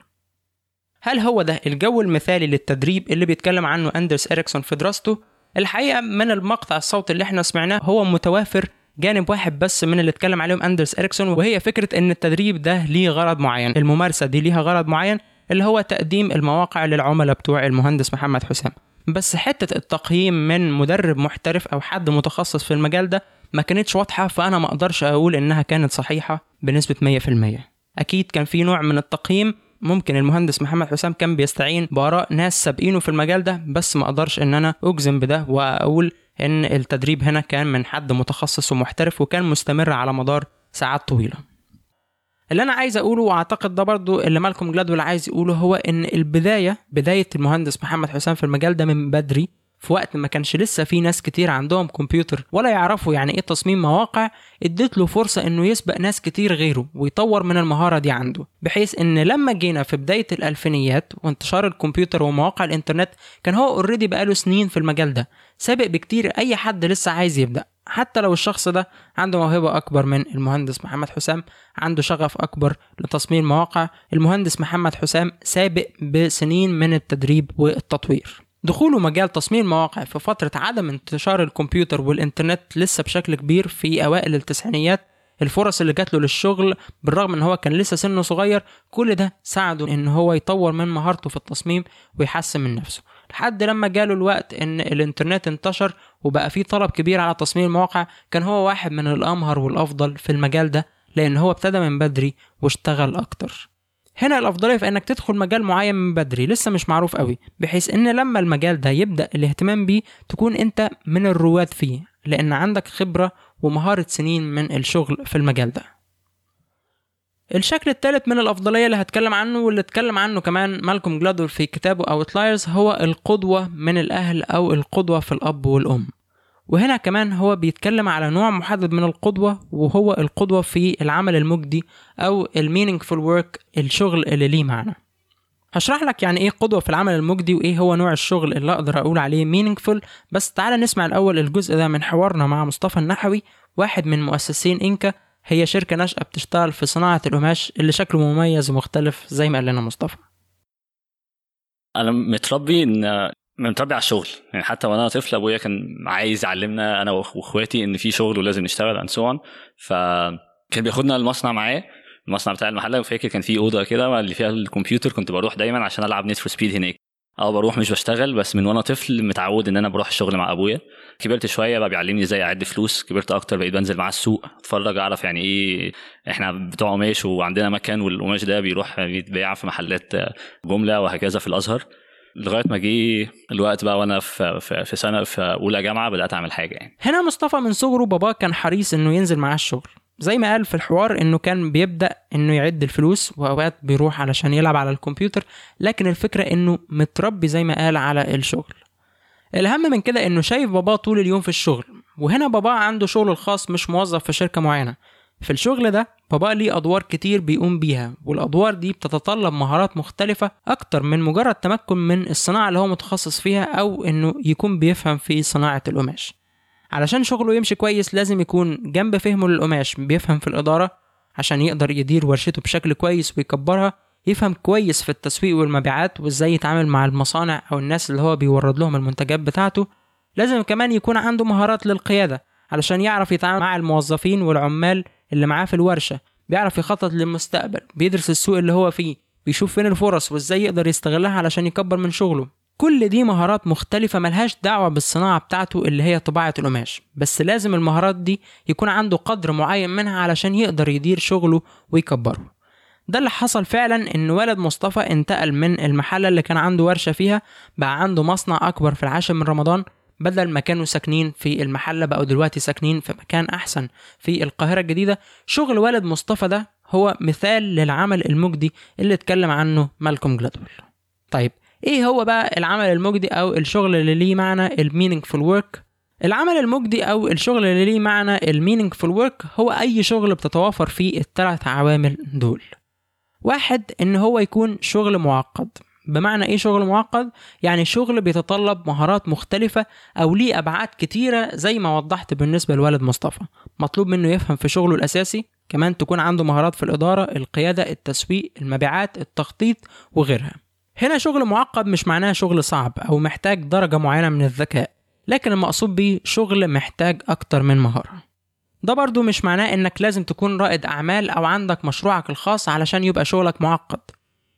هل هو ده الجو المثالي للتدريب اللي بيتكلم عنه أندرس إريكسون في دراسته؟ الحقيقة من المقطع الصوتي اللي احنا سمعناه هو متوافر جانب واحد بس من اللي اتكلم عليهم أندرس إريكسون، وهي فكرة ان التدريب ده ليه غرض معين، الممارسة دي ليها غرض معين، اللي هو تقديم المواقع للعملاء بتوع المهندس محمد حسام. بس حتة التقييم من مدرب محترف أو حد متخصص في المجال ده ما كانتش واضحة، فأنا ما أقدرش أقول إنها كانت صحيحة بنسبة 100%. أكيد كان في نوع من التقييم، ممكن المهندس محمد حسام كان بيستعين بآراء ناس سابقينه في المجال ده، بس ما أقدرش إن أنا أجزم بده وأقول إن التدريب هنا كان من حد متخصص ومحترف وكان مستمر على مدار ساعات طويلة. اللي أنا عايز أقوله، وأعتقد ده برضو اللي مالكوم جلادويل عايز يقوله، هو إن بداية المهندس محمد حسام في المجال ده من بدري، في وقت ما كانش لسه في ناس كتير عندهم كمبيوتر ولا يعرفوا يعني إيه تصميم مواقع، اديت له فرصة إنه يسبق ناس كتير غيره ويطور من المهارة دي عنده، بحيث إن لما جينا في بداية الألفينيات وانتشار الكمبيوتر ومواقع الإنترنت كان هو اوريدي بقاله سنين في المجال ده، سابق بكتير أي حد لسه عايز يبدأ. حتى لو الشخص ده عنده موهبة أكبر من المهندس محمد حسام، عنده شغف أكبر لتصميم مواقع، المهندس محمد حسام سابق بسنين من التدريب والتطوير. دخوله مجال تصميم المواقع في فترة عدم انتشار الكمبيوتر والإنترنت لسه بشكل كبير في أوائل التسعينيات، الفرص اللي جات له للشغل بالرغم ان هو كان لسه سنه صغير، كل ده ساعده ان هو يطور من مهارته في التصميم ويحسن من نفسه، لحد لما جاله الوقت ان الانترنت انتشر وبقى فيه طلب كبير على تصميم المواقع. كان هو واحد من الامهر والافضل في المجال ده لان هو ابتدى من بدري واشتغل اكتر. هنا الافضليه في انك تدخل مجال معين من بدري لسه مش معروف قوي، بحيث ان لما المجال ده يبدا الاهتمام بيه تكون انت من الرواد فيه، لان عندك خبره ومهاره سنين من الشغل في المجال ده. الشكل الثالث من الافضليه اللي هتكلم عنه واللي اتكلم عنه كمان مالكوم جلادويل في كتابه Outliers هو القدوه من الاهل او القدوه في الاب والام. وهنا كمان هو بيتكلم على نوع محدد من القدوة، وهو القدوة في العمل المجدي أو meaningful work، الشغل اللي ليه معنى. هشرح لك يعني إيه قدوة في العمل المجدي وإيه هو نوع الشغل اللي أقدر أقول عليه meaningful، بس تعالى نسمع الأول الجزء ده من حوارنا مع مصطفى النحوي، واحد من مؤسسين إنكا، هي شركة ناشئة بتشتغل في صناعة القماش اللي شكله مميز ومختلف زي ما قال لنا مصطفى. أنا متربي على الشغل، يعني حتى وانا طفل ابويا كان عايز يعلمنا انا واخواتي ان في شغل ولازم نشتغل عن سوان، فكان بياخدنا المصنع معاه، المصنع بتاع المحل. وفاكر كان في اوضه كده اللي فيها الكمبيوتر، كنت بروح دايما عشان العب نيد فور سبيد هناك، بروح مش بشتغل، بس من وانا طفل متعود ان انا بروح الشغل مع ابويا. كبرت شويه بقى بيعلمني ازاي اعد فلوس، كبرت اكتر بقيت بنزل معاه السوق اتفرج اعرف يعني ايه احنا بتوع قماش وعندنا مكان والقماش ده بيروح يتباع في محلات جمله وهكذا في الازهر، لغايه ما جه الوقت بقى وانا في سنه في اولى جامعه بدات اعمل حاجه. يعني هنا مصطفى من صغره بابا كان حريص انه ينزل معاه الشغل، زي ما قال في الحوار انه كان بيبدا انه يعد الفلوس واوقات بيروح علشان يلعب على الكمبيوتر، لكن الفكره انه متربي زي ما قال على الشغل. الاهم من كده انه شايف بابا طول اليوم في الشغل، وهنا بابا عنده شغل الخاص مش موظف في شركه معينه. في الشغل ده بابا ليه أدوار كتير بيقوم بيها، والأدوار دي بتتطلب مهارات مختلفة أكتر من مجرد تمكن من الصناعة اللي هو متخصص فيها أو إنه يكون بيفهم في صناعة القماش. علشان شغله يمشي كويس لازم يكون جنب فهمه للقماش بيفهم في الإدارة عشان يقدر يدير ورشته بشكل كويس ويكبرها، يفهم كويس في التسويق والمبيعات وإزاي يتعامل مع المصانع أو الناس اللي هو بيورد لهم المنتجات بتاعته. لازم كمان يكون عنده مهارات للقيادة علشان يعرف يتعامل مع الموظفين والعمال اللي معاه في الورشة، بيعرف يخطط للمستقبل، بيدرس السوق اللي هو فيه، بيشوف فين الفرص وازاي يقدر يستغلها علشان يكبر من شغله. كل دي مهارات مختلفة ملهاش دعوة بالصناعة بتاعته اللي هي طباعة القماش، بس لازم المهارات دي يكون عنده قدر معين منها علشان يقدر يدير شغله ويكبره. ده اللي حصل فعلا، ان ولد مصطفى انتقل من المحل اللي كان عنده ورشة فيها بقى عنده مصنع اكبر في العاشر من رمضان. بدل ما كانوا ساكنين في المحلة بقوا دلوقتي ساكنين في مكان أحسن في القاهرة الجديدة. شغل ولد مصطفى ده هو مثال للعمل المجدي اللي اتكلم عنه مالكوم جلادويل. طيب ايه هو بقى العمل المجدي او الشغل اللي ليه معنى المينينجفول ورك؟ العمل المجدي او الشغل اللي ليه معنى المينينجفول ورك هو اي شغل بتتوافر فيه الثلاث عوامل دول. واحد، ان هو يكون شغل معقد. بمعنى ايه شغل معقد؟ يعني شغل بيتطلب مهارات مختلفة او ليه ابعاد كتيرة زي ما وضحت بالنسبة لولد مصطفى. مطلوب منه يفهم في شغله الاساسي، كمان تكون عنده مهارات في الادارة، القيادة، التسويق، المبيعات، التخطيط وغيرها. هنا شغل معقد مش معناه شغل صعب او محتاج درجة معينة من الذكاء، لكن المقصود بيه شغل محتاج اكتر من مهارة. ده برضو مش معناه انك لازم تكون رائد اعمال او عندك مشروعك الخاص علشان يبقى شغلك معقد،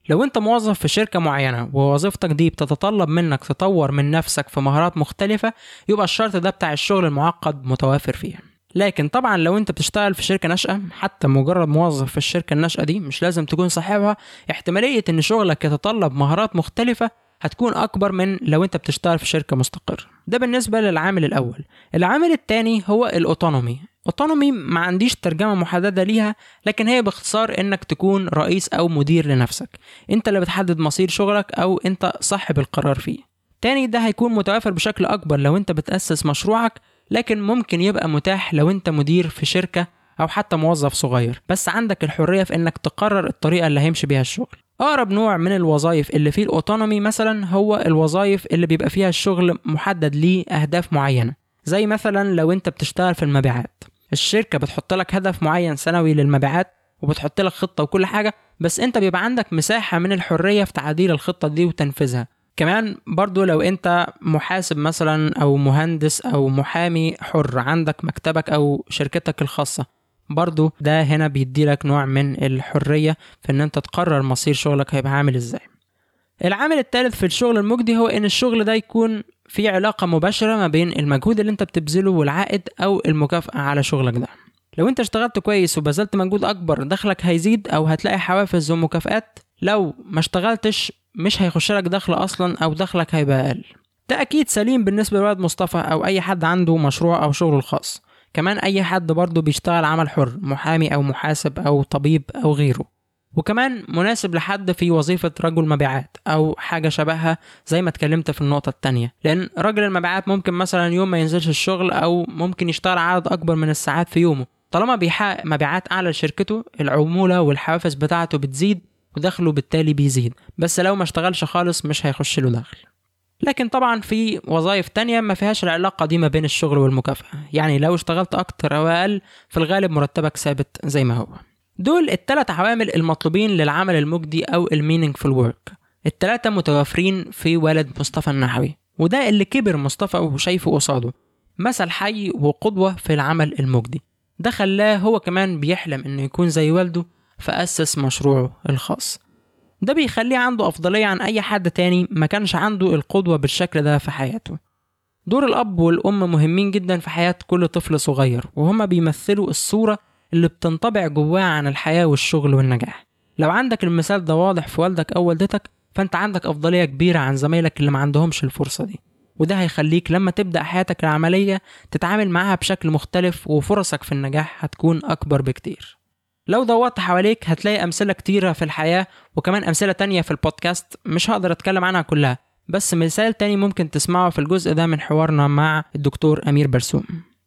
لو انت موظف في شركة معينة ووظيفتك دي بتتطلب منك تطور من نفسك في مهارات مختلفة، يبقى الشرط ده بتاع الشغل المعقد متوافر فيها. لكن طبعا لو انت بتشتغل في شركة ناشئة، حتى مجرد موظف في الشركة الناشئة دي مش لازم تكون صاحبها، احتمالية ان شغلك يتطلب مهارات مختلفة هتكون اكبر من لو انت بتشتغل في شركة مستقرة. ده بالنسبة للعامل الاول. العامل الثاني هو الاوتونومي. اوتونومي ما عنديش ترجمة محددة ليها، لكن هي باختصار انك تكون رئيس او مدير لنفسك. انت اللي بتحدد مصير شغلك او انت صاحب القرار فيه. تاني ده هيكون متوافر بشكل اكبر لو انت بتأسس مشروعك، لكن ممكن يبقى متاح لو انت مدير في شركة او حتى موظف صغير، بس عندك الحرية في انك تقرر الطريقة اللي هيمشي بيها الشغل. اقرب نوع من الوظائف اللي فيه الاوتونومي مثلا هو الوظائف اللي بيبقى فيها الشغل محدد ليه اهداف معينة، زي مثلا لو انت بتشتغل في المبيعات، الشركة بتحط لك هدف معين سنوي للمبيعات وبتحط لك خطة وكل حاجة، بس انت بيبقى عندك مساحة من الحرية في تعديل الخطة دي وتنفيذها. كمان برضو لو انت محاسب مثلا او مهندس او محامي حر، عندك مكتبك او شركتك الخاصة، برضو ده هنا بيديلك نوع من الحرية في ان انت تقرر مصير شغلك هيبقى عامل ازاي. العامل الثالث في الشغل المجدي هو ان الشغل ده يكون في علاقة مباشرة ما بين المجهود اللي انت بتبذله والعائد او المكافأة على شغلك ده. لو انت اشتغلت كويس وبذلت مجهود اكبر، دخلك هيزيد او هتلاقي حوافز ومكافآت. لو ما اشتغلتش مش هيخش لك دخل اصلا او دخلك هيبقى اقل. ده اكيد سليم بالنسبة لولد مصطفى او اي حد عنده مشروع او شغله الخاص. كمان اي حد برضو بيشتغل عمل حر، محامي او محاسب او طبيب او غيره. وكمان مناسب لحد في وظيفة رجل مبيعات أو حاجة شبهها زي ما اتكلمت في النقطة التانية، لأن رجل المبيعات ممكن مثلا يوم ما ينزلش الشغل أو ممكن يشتغل عدد أكبر من الساعات في يومه. طالما بيحقق مبيعات أعلى لشركته، العمولة والحوافز بتاعته بتزيد ودخله بالتالي بيزيد، بس لو ما اشتغلش خالص مش هيخش له دخل. لكن طبعا في وظائف تانية ما فيهاش العلاقة دي ما بين الشغل والمكافأة، يعني لو اشتغلت أكتر أو أقل في الغالب مرتبك ثابت زي ما هو. دول الثلاث عوامل المطلوبين للعمل المجدي أو المينينجفul work. الثلاثة متوافرين في ولد مصطفى النحوي، وده اللي كبر مصطفى وشايفه قصاده مثل حي وقدوة في العمل المجدي. ده خلاه هو كمان بيحلم إنه يكون زي والده، فأسس مشروعه الخاص. ده بيخليه عنده أفضلية عن أي حد تاني ما كانش عنده القدوة بالشكل ده في حياته. دور الأب والأم مهمين جدا في حياة كل طفل صغير، وهما بيمثلوا الصورة اللي بتنطبع جواها عن الحياة والشغل والنجاح. لو عندك المثال ده واضح في والدك أو والدتك، فأنت عندك أفضلية كبيرة عن زمايلك اللي ما عندهمش الفرصة دي، وده هيخليك لما تبدأ حياتك العملية تتعامل معها بشكل مختلف، وفرصك في النجاح هتكون أكبر بكتير. لو دورت حواليك هتلاقي أمثلة كتيرة في الحياة، وكمان أمثلة تانية في البودكاست مش هقدر أتكلم عنها كلها، بس مثال تاني ممكن تسمعه في الجزء ده من حوارنا مع الدكتور أمير برسوم.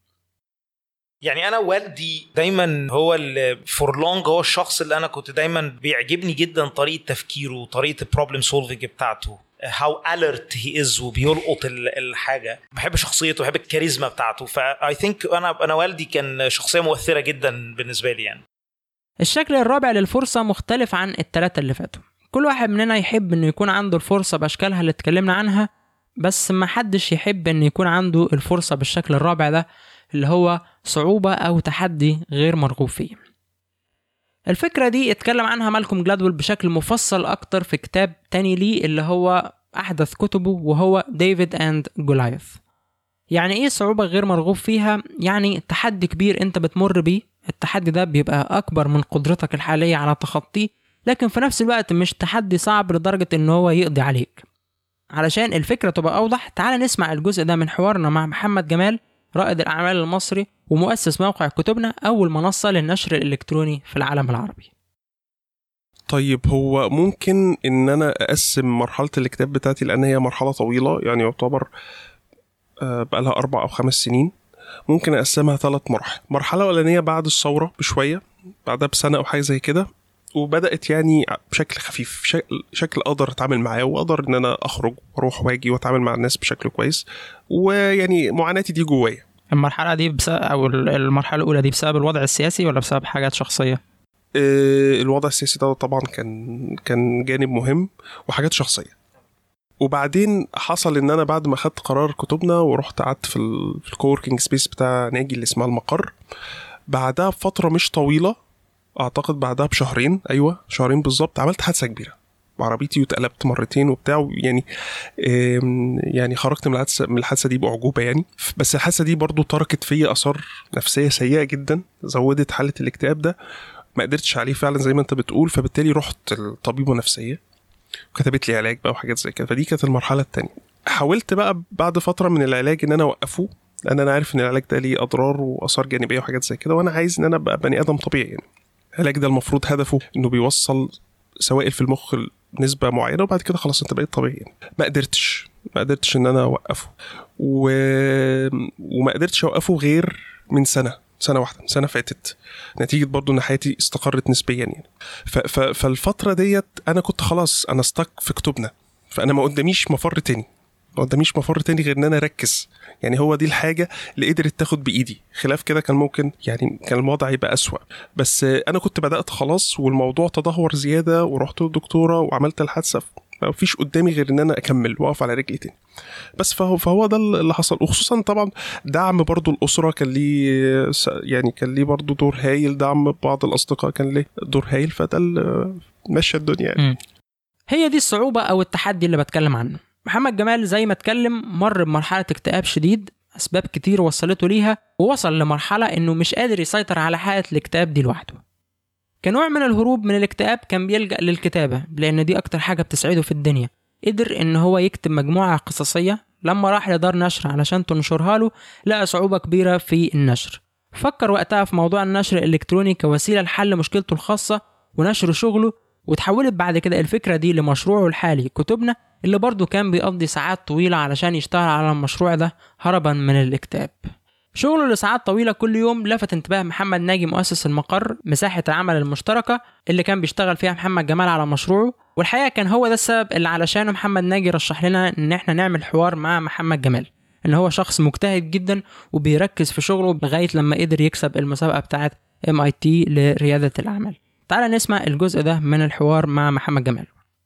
يعني انا والدي دايما هو اللي فور لونج هو الشخص اللي انا كنت دايما بيعجبني جدا طريقه تفكيره وطريقه البروبلم سولفنج بتاعته، how alert he is وبيلقط الحاجه. بحب شخصيته، بحب الكاريزما بتاعته. فاي ثينك انا والدي كان شخصيه مؤثره جدا بالنسبه لي. يعني الشكل الرابع للفرصه مختلف عن الثلاثه اللي فاتوا. كل واحد مننا يحب انه يكون عنده الفرصه باشكالها اللي اتكلمنا عنها، بس ما حدش يحب انه يكون عنده الفرصه بالشكل الرابع ده اللي هو صعوبة أو تحدي غير مرغوب فيه. الفكرة دي اتكلم عنها مالكوم جلادويل بشكل مفصل أكتر في كتاب تاني ليه اللي هو أحدث كتبه، وهو ديفيد أند جولايث. يعني إيه صعوبة غير مرغوب فيها؟ يعني تحدي كبير أنت بتمر بيه، التحدي ده بيبقى أكبر من قدرتك الحالية على تخطيه، لكن في نفس الوقت مش تحدي صعب لدرجة إنه هو يقضي عليك. علشان الفكرة تبقى أوضح، تعال نسمع الجزء ده من حوارنا مع محمد جمال، رائد الأعمال المصري ومؤسس موقع كتبنا، أول منصة للنشر الإلكتروني في العالم العربي. طيب، هو ممكن إن أنا أقسم مرحلة الكتاب بتاعتي، لأن هي مرحلة طويلة، يعني يعتبر بقالها 4 أو 5 سنين. ممكن أقسمها 3 مراحل. مرحلة أولانية بعد الثورة بشوية، بعدها بسنة أو حاجة زي كده، وبدأت يعني بشكل خفيف، شكل أقدر أتعامل معاه، وأقدر إن أنا أخرج وأروح واجي وأتعامل مع الناس بشكل كويس، ويعني معاناتي دي جوايا. المرحلة دي أو المرحلة الأولى دي بسبب الوضع السياسي ولا بسبب حاجات شخصية؟ الوضع السياسي ده طبعا كان جانب مهم، وحاجات شخصية. وبعدين حصل إن أنا بعد ما خدت قرار كتبنا ورحت قعدت في الكووركينج سبيس بتاع ناجي اللي اسمها المقر، بعدها بفترة مش طويلة، أعتقد بعدها ب2 شهرين، أيوة 2 شهرين بالظبط، عملت حادثة كبيرة. بعربيتي واتقلبت مرتين وبتاع يعني خرجت من الحادثه دي باعجوبه يعني. بس الحادثه دي برضو تركت فيا اثار نفسيه سيئه جدا، زودت حاله الاكتئاب ده، ما قدرتش عليه فعلا زي ما انت بتقول. فبالتالي رحت لطبيبه نفسيه وكتبت لي علاج بقى وحاجات زي كده. فدي كانت المرحله الثانيه. حاولت بقى بعد فتره من العلاج ان انا اوقفه، لان انا عارف ان العلاج ده ليه اضرار واثار جانبيه وحاجات زي كده، وانا عايز ان انا ابقى بني ادم طبيعي يعني. العلاج ده المفروض هدفه انه بيوصل سوائل في المخ نسبه معينه وبعد كده خلاص انت بقيت طبيعي يعني. ما قدرتش ان انا اوقفه وما قدرتش اوقفه غير من سنه واحده، سنه فاتت، نتيجه برضو ان حياتي استقرت نسبيا يعني. فالفتره ديت انا كنت خلاص انا استك في كتبنا، فانا ما قداميش مفر تاني غير ان انا اركز يعني. هو دي الحاجه اللي قدرت تاخد بايدي، خلاف كده كان ممكن يعني كان الوضع يبقى اسوأ. بس انا كنت بدات خلاص والموضوع تدهور زياده، ورحت للدكتوره وعملت الحادثه، ما فيش قدامي غير ان انا اكمل واقف على رجلي تاني. بس فهو ده اللي حصل. وخصوصا طبعا دعم برضو الاسره كان ليه برضو دور هايل، دعم بعض الاصدقاء كان ليه دور هايل، فده اللي مشى الدنيا يعني. هي دي الصعوبه او التحدي اللي بتكلم عنه. محمد جمال زي ما اتكلم مر بمرحله اكتئاب شديد، اسباب كتير وصلته ليها، ووصل لمرحله انه مش قادر يسيطر على حاله الاكتئاب دي لوحده. كنوع من الهروب من الاكتئاب كان بيلجأ للكتابة، لأن دي أكتر حاجة بتسعده في الدنيا. قدر إن هو يكتب مجموعة قصصية. لما راح لدار نشر علشان تنشرها له لقى صعوبة كبيرة في النشر. فكر وقتها في موضوع النشر الإلكتروني كوسيلة لحل مشكلته الخاصة ونشر شغله، وتحولت بعد كده الفكرة دي لمشروعه الحالي كتبنا، اللي برضو كان بيقضي ساعات طويلة علشان يشتغل على المشروع ده هربا من الاكتئاب. شغله لساعات طويلة كل يوم لفت انتباه محمد ناجي مؤسس المقر، مساحة العمل المشتركة اللي كان بيشتغل فيها محمد جمال على مشروعه. والحقيقة كان هو ده السبب اللي علشانه محمد ناجي رشح لنا ان احنا نعمل حوار مع محمد جمال، ان هو شخص مجتهد جدا وبيركز في شغله لغاية لما قدر يكسب المسابقة بتاعت MIT لريادة الأعمال. تعال نسمع الجزء ده من الحوار مع محمد جمال.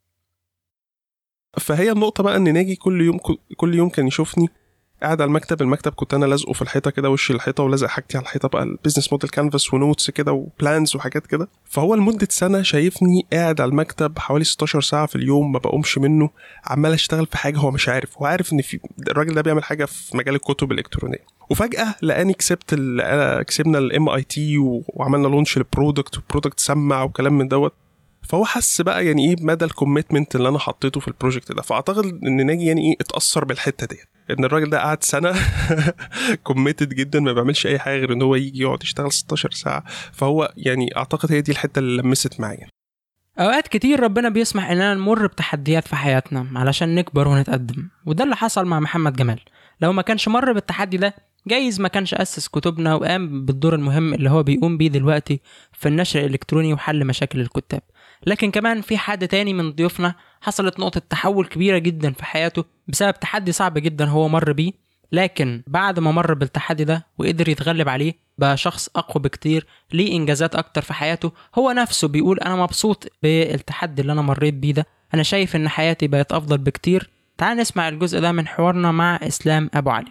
فهي النقطة بقى ان ناجي كل يوم كان يشوفني قاعد على المكتب كنت انا لازقه في الحيطه كده، وشي الحيطه ولازق حاجتي على الحيطه بقى، البيزنس موديل كانفاس ونوتس كده وبلانز وحاجات كده. فهو لمده سنه شايفني قاعد على المكتب حوالي 16 ساعه في اليوم ما بقومش منه، عمال اشتغل في حاجه هو مش عارف. هو عارف ان في الراجل ده بيعمل حاجه في مجال الكتب الالكترونيه، وفجاه لقاني كسبنا MIT وعملنا لونش للبرودكت سمع وكلام من دوت. فهو حس بقى يعني ايه مدى الكوميتمنت اللي انا حطيته في البروجكت ده. فاعتقد ان ناجي يعني ايه اتاثر بالحته دي، ان الراجل ده قعد سنه كوميتد جدا ما بيعملش اي حاجه غير ان هو يجي يقعد يشتغل 16 ساعه. فهو يعني اعتقد هي دي الحته اللي لمست معايا. اوقات كتير ربنا بيسمح اننا نمر بتحديات في حياتنا علشان نكبر ونتقدم، وده اللي حصل مع محمد جمال. لو ما كانش مر بالتحدي ده جايز ما كانش أسس كتبنا وقام بالدور المهم اللي هو بيقوم بيه دلوقتي في النشر الإلكتروني وحل مشاكل الكتاب. لكن كمان في حد تاني من ضيوفنا حصلت نقطة تحول كبيرة جدا في حياته بسبب تحدي صعب جدا هو مر بيه، لكن بعد ما مر بالتحدي ده وقدر يتغلب عليه بقى شخص أقوى بكتير، ليه إنجازات أكتر في حياته. هو نفسه بيقول أنا مبسوط بالتحدي اللي أنا مريت بيه ده، أنا شايف إن حياتي بقت أفضل بكتير. تعال نسمع الجزء ده من حوارنا مع إسلام أبو علي.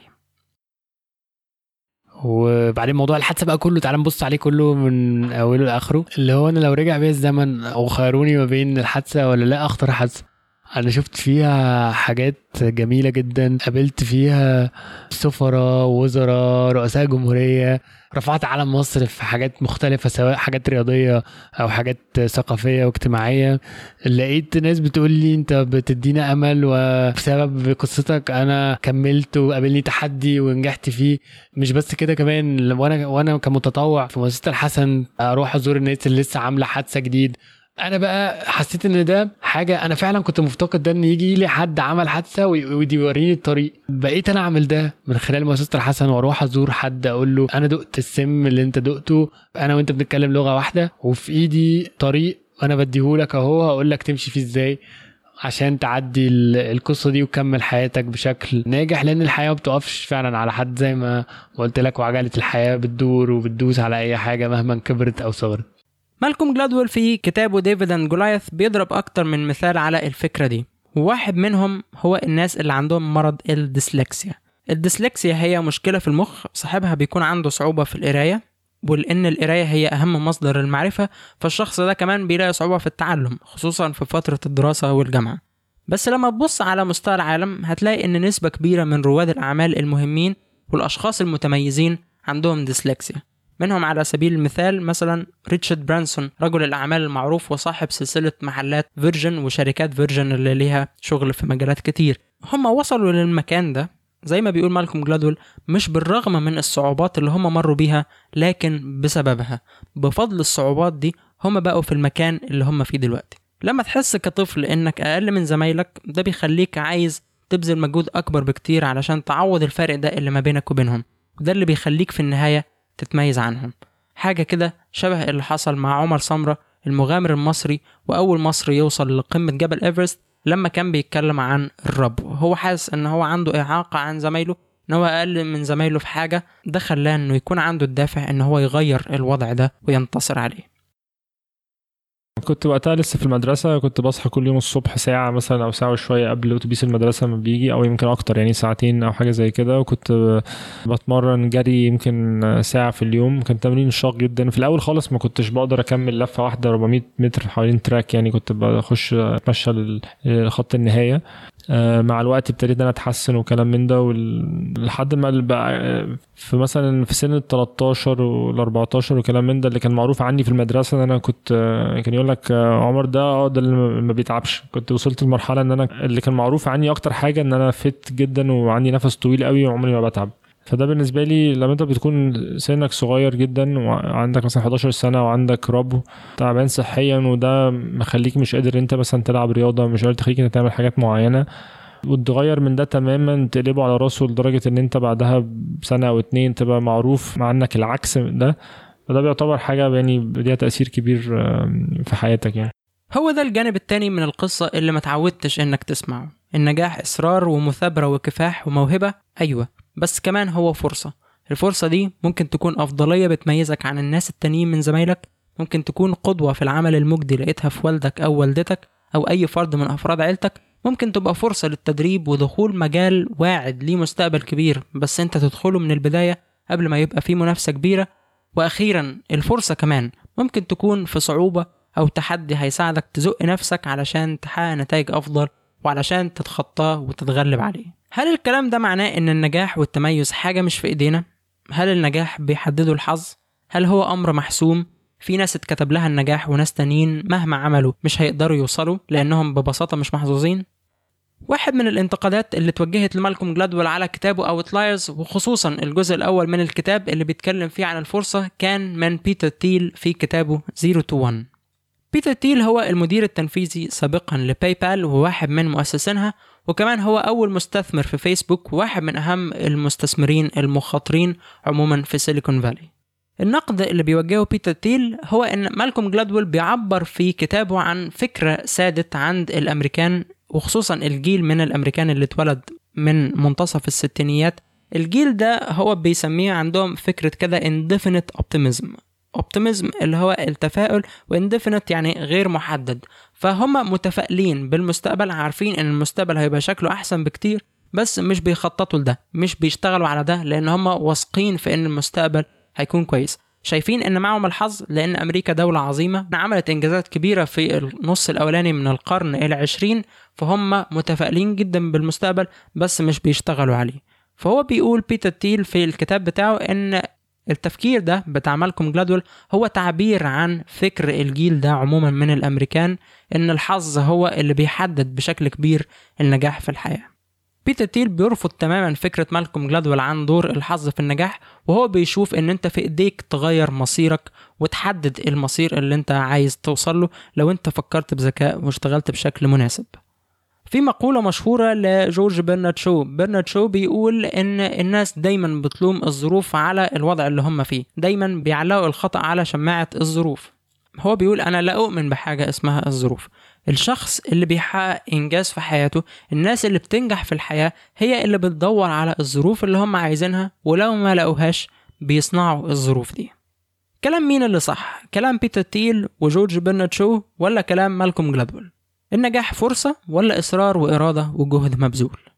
وبعدين موضوع الحادثه بقى كله تعال نبص عليه كله من اوله لاخره، اللي هو انا لو رجع بيا الزمن او خيروني ما بين الحادثه ولا لا اختار حادثه. انا شفت فيها حاجات جميله جدا، قابلت فيها سفراء وزراء رؤساء جمهوريه، رفعت علم مصر في حاجات مختلفه سواء حاجات رياضيه او حاجات ثقافيه واجتماعيه. لقيت ناس بتقول لي انت بتدينا امل وبسبب قصتك انا كملت وقابلني تحدي ونجحت فيه. مش بس كده، كمان وانا كمتطوع في مؤسسه الحسن اروح ازور الناس اللي لسه عامله حادثه جديد. انا بقى حسيت ان ده حاجه انا فعلا كنت مفتقد، ده ان يجي لي حد عمل حادثه ويدي يوريني الطريق. بقيت انا اعمل ده من خلال مؤسسه الحسن، واروح ازور حد اقول له انا دقت السم اللي انت دقته، انا وانت بنتكلم لغه واحده وفي ايدي طريق انا بديهولك اهو، هقول لك تمشي فيه ازاي عشان تعدي القصه دي وكمل حياتك بشكل ناجح. لان الحياه ما بتقفش فعلا على حد زي ما قلت لك، وعجله الحياه بتدور وبتدوس على اي حاجه مهما كبرت او صغرت. مالكوم جلادويل في كتابه ديفيد اند جولايث بيضرب أكتر من مثال على الفكرة دي، وواحد منهم هو الناس اللي عندهم مرض الديسلكسيا. الديسلكسيا هي مشكلة في المخ، صاحبها بيكون عنده صعوبة في القراية ولأن القراية هي أهم مصدر المعرفة، فالشخص ده كمان بيلاقي صعوبة في التعلم خصوصا في فترة الدراسة والجامعة. بس لما تبص على مستوى العالم هتلاقي إن نسبة كبيرة من رواد الأعمال المهمين والأشخاص المتميزين عندهم ديسلكسيا. منهم على سبيل المثال مثلا ريتشارد برانسون، رجل الأعمال المعروف وصاحب سلسلة محلات فيرجن وشركات فيرجن اللي ليها شغل في مجالات كتير. هم وصلوا للمكان ده زي ما بيقول مالكوم جلادويل مش بالرغم من الصعوبات اللي هم مروا بيها، لكن بسببها. بفضل الصعوبات دي هم بقوا في المكان اللي هم فيه دلوقتي. لما تحس كطفل انك اقل من زمايلك ده بيخليك عايز تبذل مجهود اكبر بكتير علشان تعوض الفرق ده اللي ما بينك وبينهم، وده اللي بيخليك في النهاية تتميز عنهم. حاجة كده شبه اللي حصل مع عمر سمرة المغامر المصري وأول مصري يوصل لقمة جبل إيفرست، لما كان بيتكلم عن الرب. هو حاسس ان هو عنده إعاقة عن زمايله، ان هو أقل من زمايله في حاجة، ده خلاه انه يكون عنده الدافع ان هو يغير الوضع ده وينتصر عليه. كنت وقتها لسه في المدرسة، كنت بصحى كل يوم الصبح ساعة مثلا أو ساعة وشوية قبل أتوبيس المدرسة ما بيجي، أو يمكن أكتر يعني ساعتين أو حاجة زي كده. وكنت بتمرن جري يمكن ساعة في اليوم. كان تمرين شاق جدا. في الأول خالص ما كنتش بقدر أكمل لفة واحدة 400 متر حوالين تراك، يعني كنت بخش أتمشى لخط النهاية. مع الوقت ابتديت انا اتحسن وكلام من ده، لحد ما بقى في مثلا في سن 13 و14 وكلام من ده اللي كان معروف عني في المدرسه. انا كنت كان يقول لك عمر ده اللي ما بيتعبش. كنت وصلت لمرحله ان انا اللي كان معروف عني اكتر حاجه ان انا فت جدا وعندي نفس طويل قوي وعمري ما بتعب. فده بالنسبه لي لما انت بتكون سنك صغير جدا وعندك مثلا 11 سنه وعندك رب تعبان صحيا، وده مخليك مش قادر انت مثلا تلعب رياضه، مش قادر تخليك انت تعمل حاجات معينه، وتغير من ده تماما تقلبه على راسه لدرجه ان انت بعدها بسنه او 2 تبقى معروف عنك العكس ده. فده بيعتبر حاجه يعني ليها تاثير كبير في حياتك يعني. هو ده الجانب التاني من القصه اللي ما تعودتش انك تسمعه. النجاح اصرار ومثابره وكفاح وموهبه، ايوه، بس كمان هو فرصة. الفرصة دي ممكن تكون أفضلية بتميزك عن الناس التانيين من زمايلك، ممكن تكون قدوة في العمل المجدي لقيتها في والدك أو والدتك أو أي فرد من أفراد عيلتك، ممكن تبقى فرصة للتدريب ودخول مجال واعد ليه مستقبل كبير بس أنت تدخله من البداية قبل ما يبقى فيه منافسة كبيرة. وأخيرا الفرصة كمان ممكن تكون في صعوبة أو تحدي هيساعدك تزق نفسك علشان تحقق نتائج أفضل وعلشان تتخطاه وتتغلب عليه. هل الكلام ده معناه ان النجاح والتميز حاجة مش في ايدينا؟ هل النجاح بيحدده الحظ؟ هل هو امر محسوم؟ في ناس اتكتب لها النجاح وناس تانيين مهما عملوا مش هيقدروا يوصلوا لانهم ببساطة مش محظوظين؟ واحد من الانتقادات اللي توجهت لمالكوم جلادويل على كتابه Outliers وخصوصا الجزء الاول من الكتاب اللي بيتكلم فيه عن الفرصة كان من بيتر تيل في كتابه 0 to 1. بيتر تيل هو المدير التنفيذي سابقا لباي بال وواحد من مؤسسينها، وكمان هو أول مستثمر في فيسبوك وواحد من أهم المستثمرين المخاطرين عموما في سيليكون فالي. النقد اللي بيوجهه بيتر تيل هو أن مالكوم جلادويل بيعبر في كتابه عن فكرة سادت عند الأمريكان وخصوصا الجيل من الأمريكان اللي اتولد من منتصف الستينيات. الجيل ده هو بيسميه عندهم فكرة كده indefinite optimism اللي هو التفاؤل، واندفنت يعني غير محدد. فهم متفائلين بالمستقبل، عارفين ان المستقبل هيبقى شكله احسن بكتير، بس مش بيخططوا لده، مش بيشتغلوا على ده، لان هم واثقين في ان المستقبل هيكون كويس. شايفين ان معهم الحظ لان امريكا دولة عظيمة عملت انجازات كبيرة في النص الاولاني من القرن الى 20، فهم متفائلين جدا بالمستقبل بس مش بيشتغلوا عليه. فهو بيقول بيتر تيل في الكتاب بتاعه ان التفكير ده بتاع مالكوم جلادويل هو تعبير عن فكر الجيل ده عموما من الأمريكان، إن الحظ هو اللي بيحدد بشكل كبير النجاح في الحياة. بيتر تيل بيرفض تماما فكرة مالكوم جلادويل عن دور الحظ في النجاح، وهو بيشوف إن أنت في إيديك تغير مصيرك وتحدد المصير اللي أنت عايز توصله لو أنت فكرت بذكاء واشتغلت بشكل مناسب. في مقولة مشهورة لجورج برنارد شو بيقول إن الناس دايما بتلوم الظروف على الوضع اللي هم فيه، دايما بيعلقوا الخطأ على شماعة الظروف. هو بيقول أنا لا أؤمن بحاجة اسمها الظروف. الشخص اللي بيحقق إنجاز في حياته، الناس اللي بتنجح في الحياة، هي اللي بتدور على الظروف اللي هم عايزينها، ولو ما لقوهاش بيصنعوا الظروف دي. كلام مين اللي صح؟ كلام بيتر تيل وجورج برنارد شو ولا كلام مالكوم جلادويل؟ النجاح فرصة ولا إصرار وإرادة وجهد مبذول؟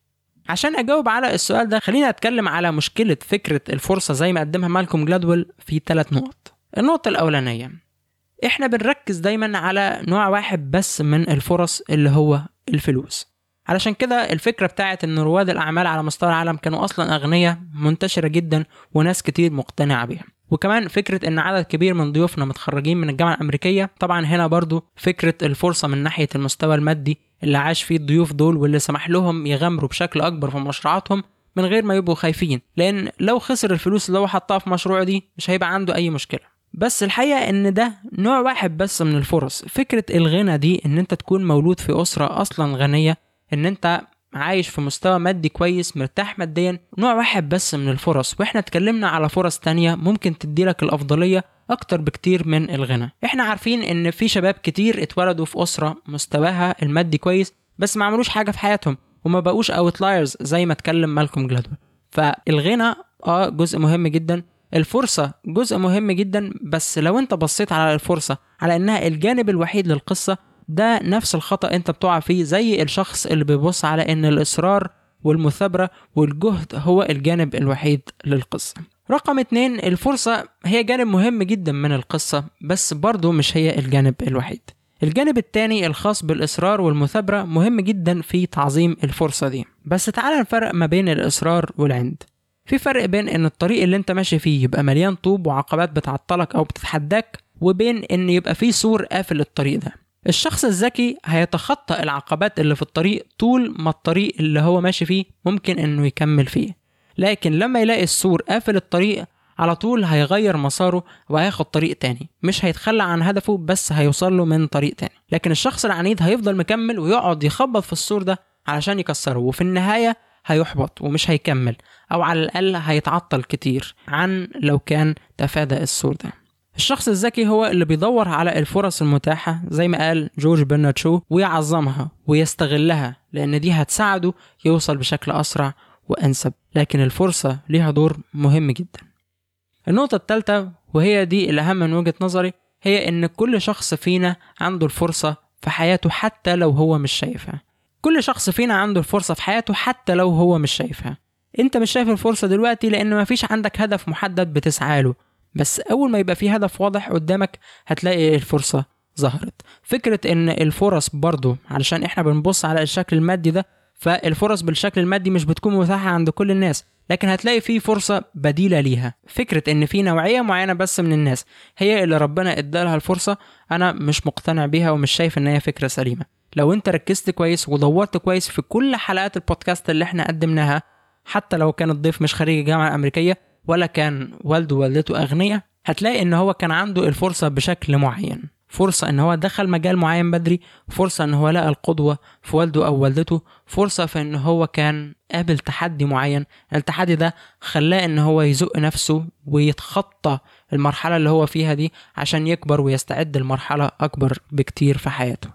عشان اجاوب على السؤال ده خلينا اتكلم على مشكلة فكرة الفرصة زي ما قدمها مالكوم جلادويل في 3 نقط. النقطة الاولانية، احنا بنركز دايما على نوع واحد بس من الفرص اللي هو الفلوس. علشان كده الفكرة بتاعت ان رواد الاعمال على مستوى العالم كانوا اصلا اغنياء منتشرة جدا وناس كتير مقتنعة بيها. وكمان فكرة ان عدد كبير من ضيوفنا متخرجين من الجامعة الامريكية، طبعا هنا برضو فكرة الفرصة من ناحية المستوى المادي اللي عاش فيه الضيوف دول واللي سمح لهم يغامروا بشكل اكبر في مشروعاتهم من غير ما يبقوا خايفين، لان لو خسر الفلوس اللي هو حطها في مشروعه دي مش هيبقى عنده اي مشكلة. بس الحقيقة ان ده نوع واحد بس من الفرص. فكرة الغنى دي ان انت تكون مولود في اسرة اصلا غنية، ان انت عايش في مستوى مادي كويس مرتاح ماديا، نوع واحد بس من الفرص. واحنا اتكلمنا على فرص تانية ممكن تديلك الافضلية اكتر بكتير من الغنى. احنا عارفين ان في شباب كتير اتولدوا في اسرة مستواها المادي كويس بس ما عملوش حاجة في حياتهم وما بقوش اوتلايرز زي ما اتكلم مالكوم جلادويل. فالغنى جزء مهم جدا، الفرصة جزء مهم جدا، بس لو انت بصيت على الفرصة على انها الجانب الوحيد للقصة، ده نفس الخطأ انت بتقع فيه زي الشخص اللي بيبص على ان الإصرار والمثابرة والجهد هو الجانب الوحيد للقصة. رقم 2، الفرصة هي جانب مهم جدا من القصة بس برضو مش هي الجانب الوحيد. الجانب الثاني الخاص بالإصرار والمثابرة مهم جدا في تعظيم الفرصة دي. بس تعال نفرق ما بين الإصرار والعند. في فرق بين ان الطريق اللي انت ماشي فيه يبقى مليان طوب وعقبات بتعطلك او بتتحداك، وبين ان يبقى فيه سور قافل الطريق ده. الشخص الذكي هيتخطى العقبات اللي في الطريق طول ما الطريق اللي هو ماشي فيه ممكن انه يكمل فيه، لكن لما يلاقي السور قافل الطريق على طول هيغير مساره وهياخد طريق تاني، مش هيتخلى عن هدفه بس هيوصل له من طريق تاني. لكن الشخص العنيد هيفضل مكمل ويقعد يخبط في السور ده علشان يكسره، وفي النهاية هيحبط ومش هيكمل، او على الاقل هيتعطل كتير عن لو كان تفادى السور ده. الشخص الذكي هو اللي بيدور على الفرص المتاحة زي ما قال جورج برنارد شو ويعظمها ويستغلها، لان دي هتساعده يوصل بشكل اسرع وانسب. لكن الفرصة ليها دور مهم جدا. النقطة الثالثة وهي دي الأهم من وجهة نظري، هي ان كل شخص فينا عنده الفرصة في حياته حتى لو هو مش شايفها. كل شخص فينا عنده الفرصة في حياته حتى لو هو مش شايفها. انت مش شايف الفرصة دلوقتي لان مفيش عندك هدف محدد بتسعى له، بس اول ما يبقى فيه هدف واضح قدامك هتلاقي الفرصة ظهرت. فكرة ان الفرص برضو علشان احنا بنبص على الشكل المادي ده، فالفرص بالشكل المادي مش بتكون متاحة عند كل الناس، لكن هتلاقي فيه فرصة بديلة ليها. فكرة ان في نوعية معينة بس من الناس هي اللي ربنا ادالها الفرصة، انا مش مقتنع بيها ومش شايف ان هي فكرة سليمة. لو انت ركزت كويس ودورت كويس في كل حلقات البودكاست اللي احنا قدمناها، حتى لو كان الضيف مش خريج الجامعة الأمريكية ولا كان والده ووالدته أغنياء، هتلاقي ان هو كان عنده الفرصة بشكل معين. فرصة ان هو دخل مجال معين بدري، فرصة ان هو لقى القدوة في والده او والدته، فرصة في ان هو كان قابل تحدي معين، التحدي ده خلاه ان هو يزق نفسه ويتخطى المرحلة اللي هو فيها دي عشان يكبر ويستعد لمرحلة اكبر بكتير في حياته.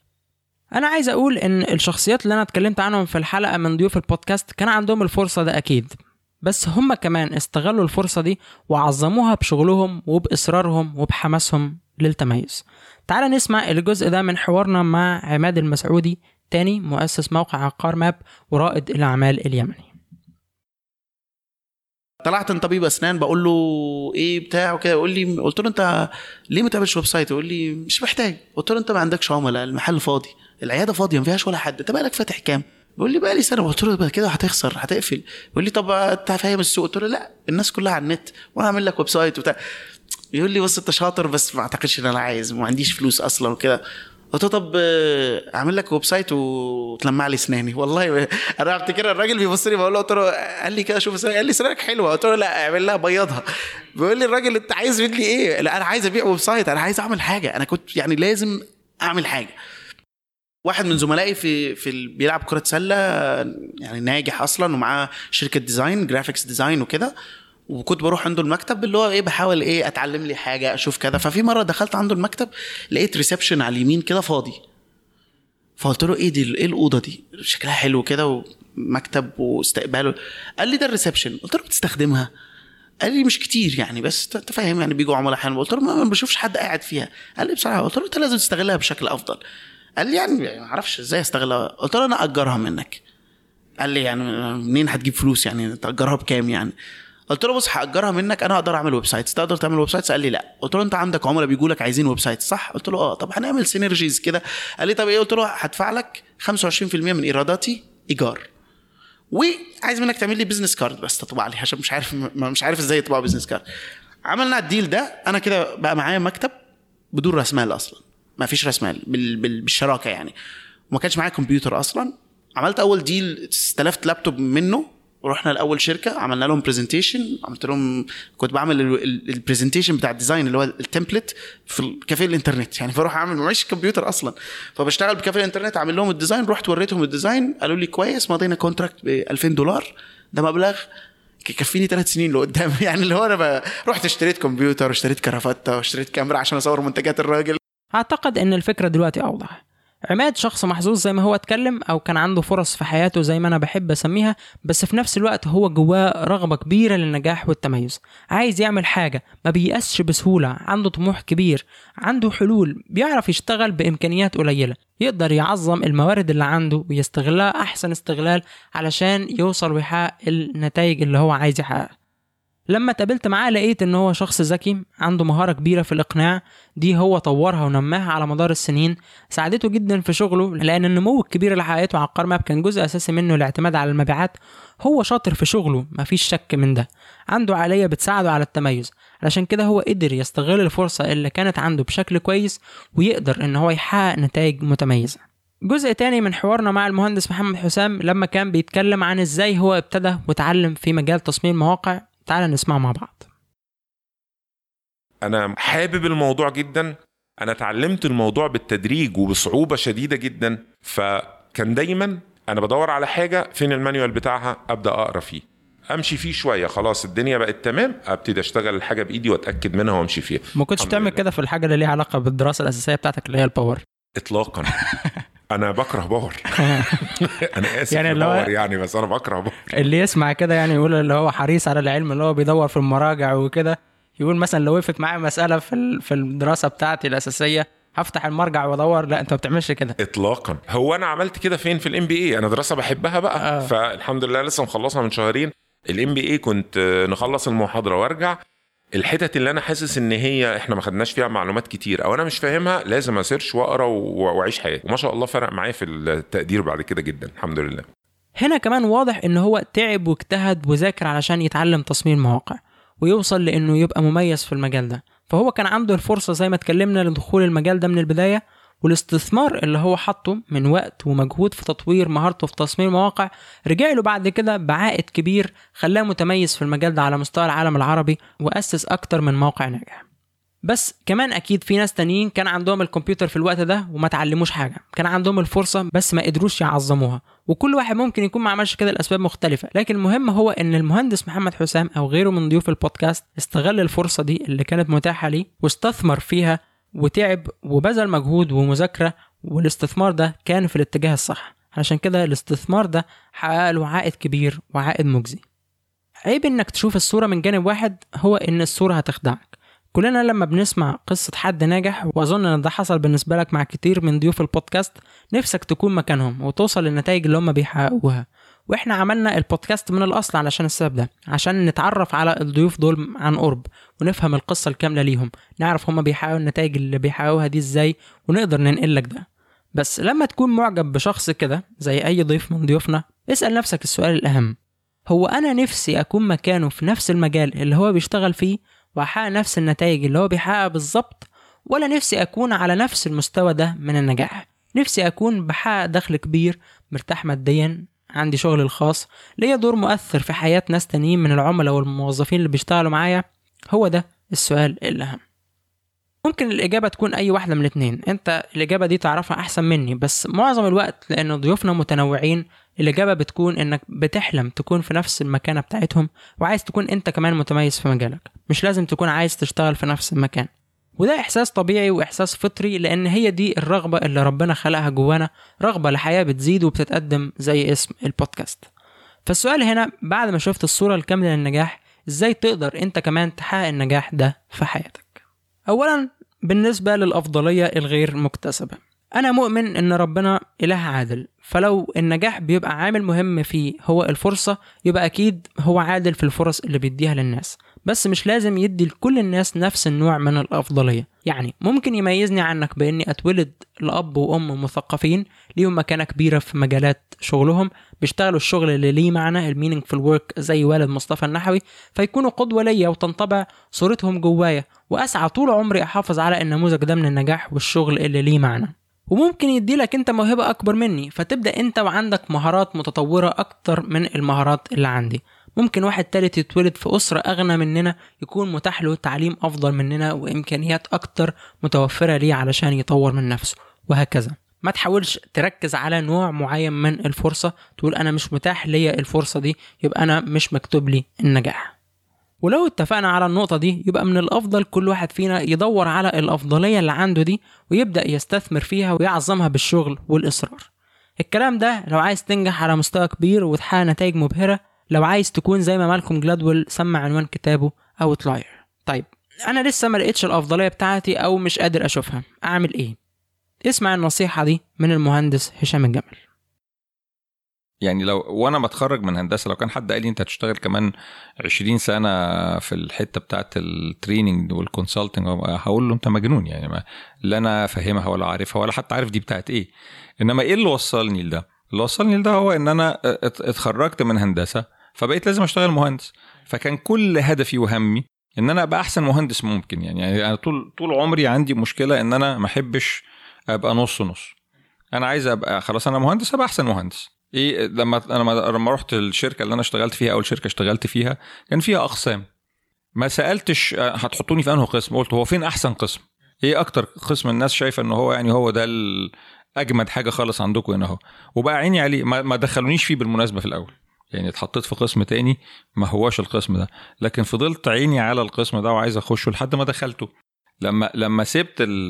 انا عايز اقول ان الشخصيات اللي انا اتكلمت عنهم في الحلقة من ضيوف البودكاست كان عندهم الفرصة ده اكيد، بس هم كمان استغلوا الفرصة دي وعظموها بشغلهم وبإصرارهم وبحماسهم للتميز. تعال نسمع الجزء ده من حوارنا مع عماد المسعودي، تاني مؤسس موقع عقار ماب ورائد الأعمال اليمني. طلعت من طبيب اسنان بقول له ايه بتاع وكده، يقول لي، قلت له انت ليه ما تعملش ويب سايت؟ يقول لي مش محتاج. قلت له انت ما عندكش عملاء، المحل فاضي، العياده فاضيه ما فيهاش ولا حد، انت بقالك فاتح كام؟ بيقول لي بقى لي سنه. قلت له كده هتخسر هتقفل. يقول لي طب انت فاهم السوق؟ قلت له لا، الناس كلها على النت وانا اعمل لك ويب سايت وبتاع. يقول لي بص انت شاطر بس ما اعتقدش ان انا عايز، ما عنديش فلوس اصلا وكده. قلت له طب اعمل لك ويب سايت وتلمع لي اسناني. والله انا افتكر الراجل بيبص لي، بقول له، قلت له، قال لي كده شوف اسنانك، قال لي اسنانك حلوه. قلت له لا اعمل لها بيضها. بيقول لي الراجل انت عايز مني ايه؟ لا انا عايز ابيع ويب سايت، انا عايز اعمل حاجه، انا كنت يعني لازم اعمل حاجه. واحد من زملائي في بيلعب كرة سلة يعني ناجح اصلا ومعاه شركة ديزاين جرافيكس ديزاين وكده، وكنت بروح عنده المكتب اللي هو ايه بحاول ايه اتعلم لي حاجة اشوف كده. ففي مرة دخلت عنده المكتب لقيت ريسبشن على اليمين كده فاضي، فقلت له ايه دي، ايه الأوضة دي شكلها حلو كده ومكتب واستقباله. قال لي ده الريسبشن. قلت له بتستخدمها؟ قال لي مش كتير يعني، بس انت فاهم يعني بيجوا عملاء احيانا. قلت له ما بشوفش حد قاعد فيها. قال لي بصراحة. قلت له انت لازم تستغلها بشكل افضل. قال لي يعني ما اعرفش ازاي استغلها. قلت له انا اجرها منك، قال لي يعني منين هتجيب فلوس يعني تأجرها بكام يعني؟ قلت له بص هأجرها منك، انا اقدر اعمل ويب سايتس، تقدر تعمل ويب سايتس؟ قال لي لا. قلت له انت عندك عملاء بيجوا لك عايزين ويب سايتس صح؟ قلت له طب هنعمل سينرجيز كده. قال لي طب ايه؟ قلت له هدفع لك 25% من ايراداتي ايجار، وعايز منك تعمل لي بيزنس كارد بس تطبع لي، عشان مش عارف ازاي يطبع بيزنس كارد. عملنا الديل ده، انا كده بقى معايا مكتب بدون راس مال اصلا، ما فيش راس مال بالشراكه يعني، وما كانش معايا كمبيوتر اصلا. عملت اول ديل، استلفت لابتوب منه ورحنا لاول شركه، عملنا لهم برزنتيشن، عملت لهم، كنت بعمل البرزنتيشن بتاع الديزاين اللي هو التمبلت في الكافيه الانترنت يعني، فاروح اعمل معيش كمبيوتر اصلا، فبشتغل بكافيه الانترنت اعمل لهم الديزاين. رحت وريتهم الديزاين قالوا لي كويس، مضينا كونتراكت ب $2000، ده مبلغ كفيني 3 سنين لقدام يعني. اللي هو انا رحت اشتريت كمبيوتر واشتريت كرافته واشتريت كاميرا عشان اصور منتجات الراجل. اعتقد ان الفكره دلوقتي اوضح. عماد شخص محظوظ زي ما هو اتكلم، او كان عنده فرص في حياته زي ما انا بحب اسميها، بس في نفس الوقت هو جواه رغبة كبيرة للنجاح والتميز، عايز يعمل حاجة، ما بييأسش بسهولة، عنده طموح كبير، عنده حلول، بيعرف يشتغل بإمكانيات قليلة، يقدر يعظم الموارد اللي عنده ويستغلها أحسن استغلال علشان يوصل ويحقق النتائج اللي هو عايز يحققها. لما تقابلت معاه لقيت ان هو شخص ذكي، عنده مهارة كبيرة في الإقناع، دي هو طورها ونماها على مدار السنين، ساعدته جدا في شغله، لأن النمو الكبير اللي حققته عقار ماب كان جزء أساسي منه الاعتماد على المبيعات. هو شاطر في شغله، مفيش شك من ده، عنده عالية بتساعده على التميز، علشان كده هو قدر يستغل الفرصة اللي كانت عنده بشكل كويس، ويقدر ان هو يحقق نتائج متميزة. جزء تاني من حوارنا مع المهندس محمد حسام لما كان بيتكلم عن ازاي هو ابتدى وتعلم في مجال تصميم المواقع، تعال نسمع مع بعض. أنا حابب الموضوع جدا، أنا تعلمت الموضوع بالتدريج وبصعوبة شديدة جدا، فكان دايما أنا بدور على حاجة فين المانيوال بتاعها، أبدأ أقرأ فيه، أمشي فيه شوية، خلاص الدنيا بقت تمام، أبتدي أشتغل الحاجة بإيدي وأتأكد منها وأمشي فيها. ما كنتش تعمل كده في الحاجة اللي ليها علاقة بالدراسة الأساسية بتاعتك اللي هي الباور؟ إطلاقا. انا بكره باور. انا اسف يعني باور يعني، بس انا بكره باور. اللي يسمع كده يعني يقول اللي هو حريص على العلم، اللي هو بيدور في المراجع وكده، يقول مثلا لو وقفت معايا مسألة في الدراسة بتاعتي الأساسية هفتح المرجع وادور، لا انت ما بتعملش كده اطلاقا. هو انا عملت كده فين؟ في الMBA، انا دراسة بحبها بقى. فالحمد لله لسه مخلصها من شهرين. الMBA كنت نخلص المحاضرة وارجع، الحتت اللي انا حاسس ان هي احنا ما خدناش فيها معلومات كتير او انا مش فاهمها لازم اسيرش واقرا واعيش حياتي، وما شاء الله فرق معايا في التقدير بعد كده جدا الحمد لله. هنا كمان واضح ان هو تعب واجتهد وذاكر علشان يتعلم تصميم مواقع ويوصل لانه يبقى مميز في المجال ده، فهو كان عنده الفرصة زي ما اتكلمنا لدخول المجال ده من البداية، والاستثمار اللي هو حطه من وقت ومجهود في تطوير مهارته في تصميم مواقع رجع له بعد كده بعائد كبير خلاه متميز في المجال ده على مستوى العالم العربي، وأسس أكتر من موقع ناجح. بس كمان أكيد في ناس تانيين كان عندهم الكمبيوتر في الوقت ده وما تعلموش حاجة، كان عندهم الفرصة بس ما قدروش يعظموها، وكل واحد ممكن يكون ما عملش كده لأسباب مختلفة، لكن المهم هو إن المهندس محمد حسام أو غيره من ضيوف البودكاست استغل الفرصة دي اللي كانت متاحة ليه واستثمر فيها وتعب وبذل مجهود ومذاكرة، والاستثمار ده كان في الاتجاه الصح، علشان كده الاستثمار ده حقق له عائد كبير وعائد مجزي. عيب انك تشوف الصورة من جانب واحد، هو ان الصورة هتخدعك. كلنا لما بنسمع قصة حد ناجح، واظن ان ده حصل بالنسبة لك مع كتير من ضيوف البودكاست، نفسك تكون مكانهم وتوصل للنتائج اللي هم بيحققوها، واحنا عملنا البودكاست من الاصل علشان السبب ده، عشان نتعرف على الضيوف دول عن قرب ونفهم القصة الكاملة ليهم، نعرف هم بيحققوا النتائج اللي بيحققوها دي ازاي ونقدر ننقل لك ده. بس لما تكون معجب بشخص كده زي اي ضيف من ضيوفنا، اسأل نفسك السؤال الاهم، هو انا نفسي اكون مكانه في نفس المجال اللي هو بيشتغل فيه واحقق نفس النتائج اللي هو بيحققها بالظبط، ولا نفسي اكون على نفس المستوى ده من النجاح؟ نفسي اكون بحقق دخل كبير، مرتاح ماديا، عندي شغل الخاص، ليا دور مؤثر في حياة ناس تانيين من العملاء والموظفين اللي بيشتغلوا معايا. هو ده السؤال الأهم. ممكن الإجابة تكون أي واحدة من الاثنين، أنت الإجابة دي تعرفها أحسن مني، بس معظم الوقت لأن ضيوفنا متنوعين الإجابة بتكون إنك بتحلم تكون في نفس المكانة بتاعتهم، وعايز تكون أنت كمان متميز في مجالك، مش لازم تكون عايز تشتغل في نفس المكان. وده إحساس طبيعي وإحساس فطري، لأن هي دي الرغبة اللي ربنا خلقها جوانا، رغبة لحياة بتزيد وبتتقدم زي اسم البودكاست. فالسؤال هنا بعد ما شفت الصورة الكاملة للنجاح، إزاي تقدر أنت كمان تحقق النجاح ده في حياتك؟ أولا بالنسبة للأفضلية الغير مكتسبة، أنا مؤمن إن ربنا إله عادل، فلو النجاح بيبقى عامل مهم فيه هو الفرصة، يبقى أكيد هو عادل في الفرص اللي بيديها للناس، بس مش لازم يدي لكل الناس نفس النوع من الأفضلية. يعني ممكن يميزني عنك بإني أتولد لأب وأم مثقفين ليهم مكانة كبيرة في مجالات شغلهم، بيشتغلوا الشغل اللي ليه معنى المينينجفul ورك زي والد مصطفى النحوي، فيكونوا قدوة ليا وتنطبع صورتهم جوايا، وأسعى طول عمري أحافظ على النموذج ده من النجاح والشغل اللي ليه معنى. وممكن يديلك انت موهبة اكبر مني، فتبدأ انت وعندك مهارات متطورة اكتر من المهارات اللي عندي. ممكن واحد تالت يتولد في أسرة اغنى مننا، يكون متاح له تعليم افضل مننا وامكانيات اكتر متوفرة ليه علشان يطور من نفسه، وهكذا. ما تحاولش تركز على نوع معين من الفرصة تقول انا مش متاح ليا الفرصة دي يبقى انا مش مكتوب لي النجاح. ولو اتفقنا على النقطة دي، يبقى من الأفضل كل واحد فينا يدور على الأفضلية اللي عنده دي ويبدأ يستثمر فيها ويعظمها بالشغل والإصرار. الكلام ده لو عايز تنجح على مستوى كبير وتحقق نتائج مبهرة، لو عايز تكون زي ما مالكوم جلادويل سمى عنوان كتابه Outlier. طيب أنا لسه ما لقيتش الأفضلية بتاعتي أو مش قادر أشوفها، أعمل إيه؟ اسمع النصيحة دي من المهندس هشام الجمل. يعني لو وانا متخرج من هندسه، لو كان حد قال لي انت هتشتغل كمان 20 سنه في الحته بتاعه التريننج والكونسلتنج، هقول له انت مجنون. يعني ما لا انا فاهمها ولا عارفها ولا حتى عارف دي بتاعه ايه. انما ايه اللي وصلني لده؟ اللي وصلني لده هو ان انا اتخرجت من هندسه فبقيت لازم اشتغل مهندس. فكان كل هدفي وهمي ان انا ابقى احسن مهندس ممكن. يعني انا طول عمري عندي مشكله ان انا ما احبش ابقى نص نص. انا عايز ابقى خلاص انا مهندس، ابقى احسن مهندس. ايه لما رحت الشركه اللي انا اشتغلت فيها، اول شركه اشتغلت فيها كان فيها اقسام. ما سالتش هتحطوني في انه قسم، قلت هو فين احسن قسم، ايه اكتر قسم الناس شايفه انه هو يعني هو ده اجمد حاجه خالص عندكم هنا اهو، وبقى عيني عليه. ما دخلونيش فيه بالمناسبه في الاول، يعني اتحطيت في قسم تاني ما هواش القسم ده، لكن فضلت عيني على القسم ده وعايز اخشه لحد ما دخلته. لما سبت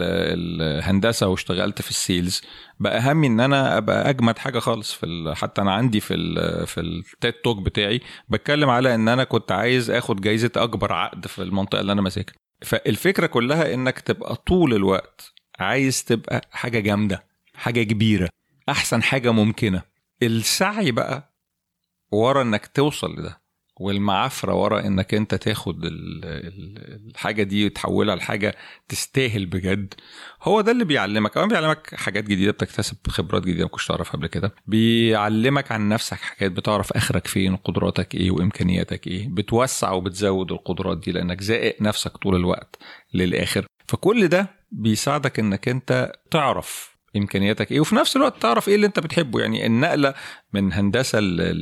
الهندسه واشتغلت في السيلز، بقى همي ان انا ابقى اجمد حاجه خالص حتى انا عندي في التيد توك بتاعي بتكلم على ان انا كنت عايز اخد جايزه اكبر عقد في المنطقه اللي انا ماسكها. فالفكره كلها انك تبقى طول الوقت عايز تبقى حاجه جامده، حاجه كبيره، احسن حاجه ممكنه. السعي بقى ورا انك توصل لده، والمعافرة ورا انك انت تاخد الحاجة دي وتحولها لحاجة تستاهل بجد، هو ده اللي بيعلمك. كمان بيعلمك حاجات جديدة، بتكتسب خبرات جديدة ما كنتش تعرفها قبل كده، بيعلمك عن نفسك حاجات، بتعرف اخرك فين، قدراتك ايه وامكانياتك ايه، بتوسع وبتزود القدرات دي لانك زائق نفسك طول الوقت للاخر. فكل ده بيساعدك انك انت تعرف امكانياتك ايه، وفي نفس الوقت تعرف ايه اللي انت بتحبه. يعني النقله من هندسه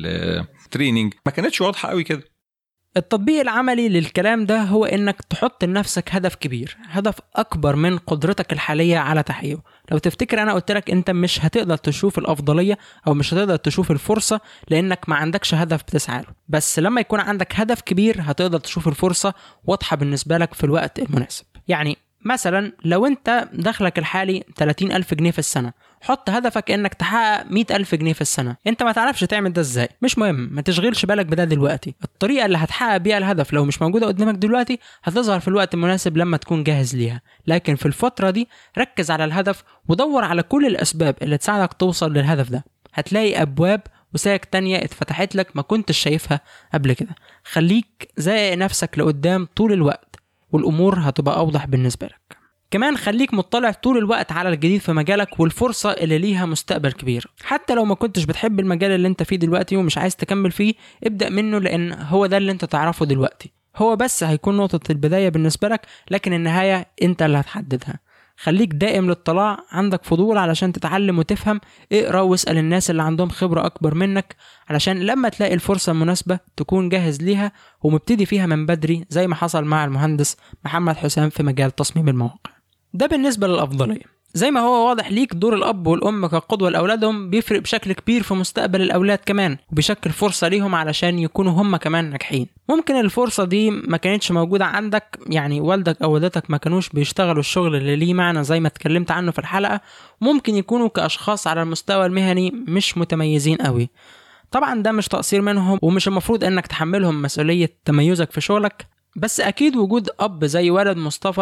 للتريننج ما كانتش واضحه قوي كده. التطبيق العملي للكلام ده هو انك تحط لنفسك هدف كبير، هدف اكبر من قدرتك الحاليه على تحقيقه. لو تفتكر انا قلت لك انت مش هتقدر تشوف الافضليه او مش هتقدر تشوف الفرصه لانك ما عندكش هدف بتسعى له، بس لما يكون عندك هدف كبير هتقدر تشوف الفرصه واضحه بالنسبه لك في الوقت المناسب. يعني مثلا لو انت دخلك الحالي 30,000 جنيه في السنة، حط هدفك انك تحقق 100,000 جنيه في السنة. انت ما تعرفش تعمل ده ازاي، مش مهم، ما تشغلش بالك بده دلوقتي. الطريقة اللي هتحقق بيها الهدف لو مش موجودة قدامك دلوقتي هتظهر في الوقت المناسب لما تكون جاهز ليها، لكن في الفترة دي ركز على الهدف ودور على كل الاسباب اللي تساعدك توصل للهدف ده. هتلاقي ابواب وساك تانية اتفتحت لك ما كنتش شايفها قبل كده. خليك زائق نفسك لقدام طول الوقت والأمور هتبقى أوضح بالنسبة لك. كمان خليك مطلع طول الوقت على الجديد في مجالك والفرصة اللي ليها مستقبل كبير. حتى لو ما كنتش بتحب المجال اللي انت فيه دلوقتي ومش عايز تكمل فيه، ابدأ منه لأن هو ده اللي انت تعرفه دلوقتي. هو بس هيكون نقطة البداية بالنسبة لك، لكن النهاية انت اللي هتحددها. خليك دائم للاطلاع، عندك فضول علشان تتعلم وتفهم، اقرأ واسأل الناس اللي عندهم خبرة أكبر منك علشان لما تلاقي الفرصة المناسبة تكون جاهز ليها ومبتدي فيها من بدري، زي ما حصل مع المهندس محمد حسام في مجال تصميم المواقع. ده بالنسبة للأفضلية. زي ما هو واضح ليك، دور الأب والأم كقدوة لأولادهم بيفرق بشكل كبير في مستقبل الأولاد كمان، وبيشكل فرصة ليهم علشان يكونوا هم كمان ناجحين. ممكن الفرصة دي ما كانتش موجودة عندك، يعني والدك أو والدتك ما كانوش بيشتغلوا الشغل اللي ليه معنى زي ما اتكلمت عنه في الحلقة. ممكن يكونوا كأشخاص على المستوى المهني مش متميزين قوي. طبعا ده مش تقصير منهم ومش المفروض انك تحملهم مسؤولية تميزك في شغلك، بس اكيد وجود اب زي والد مصطفى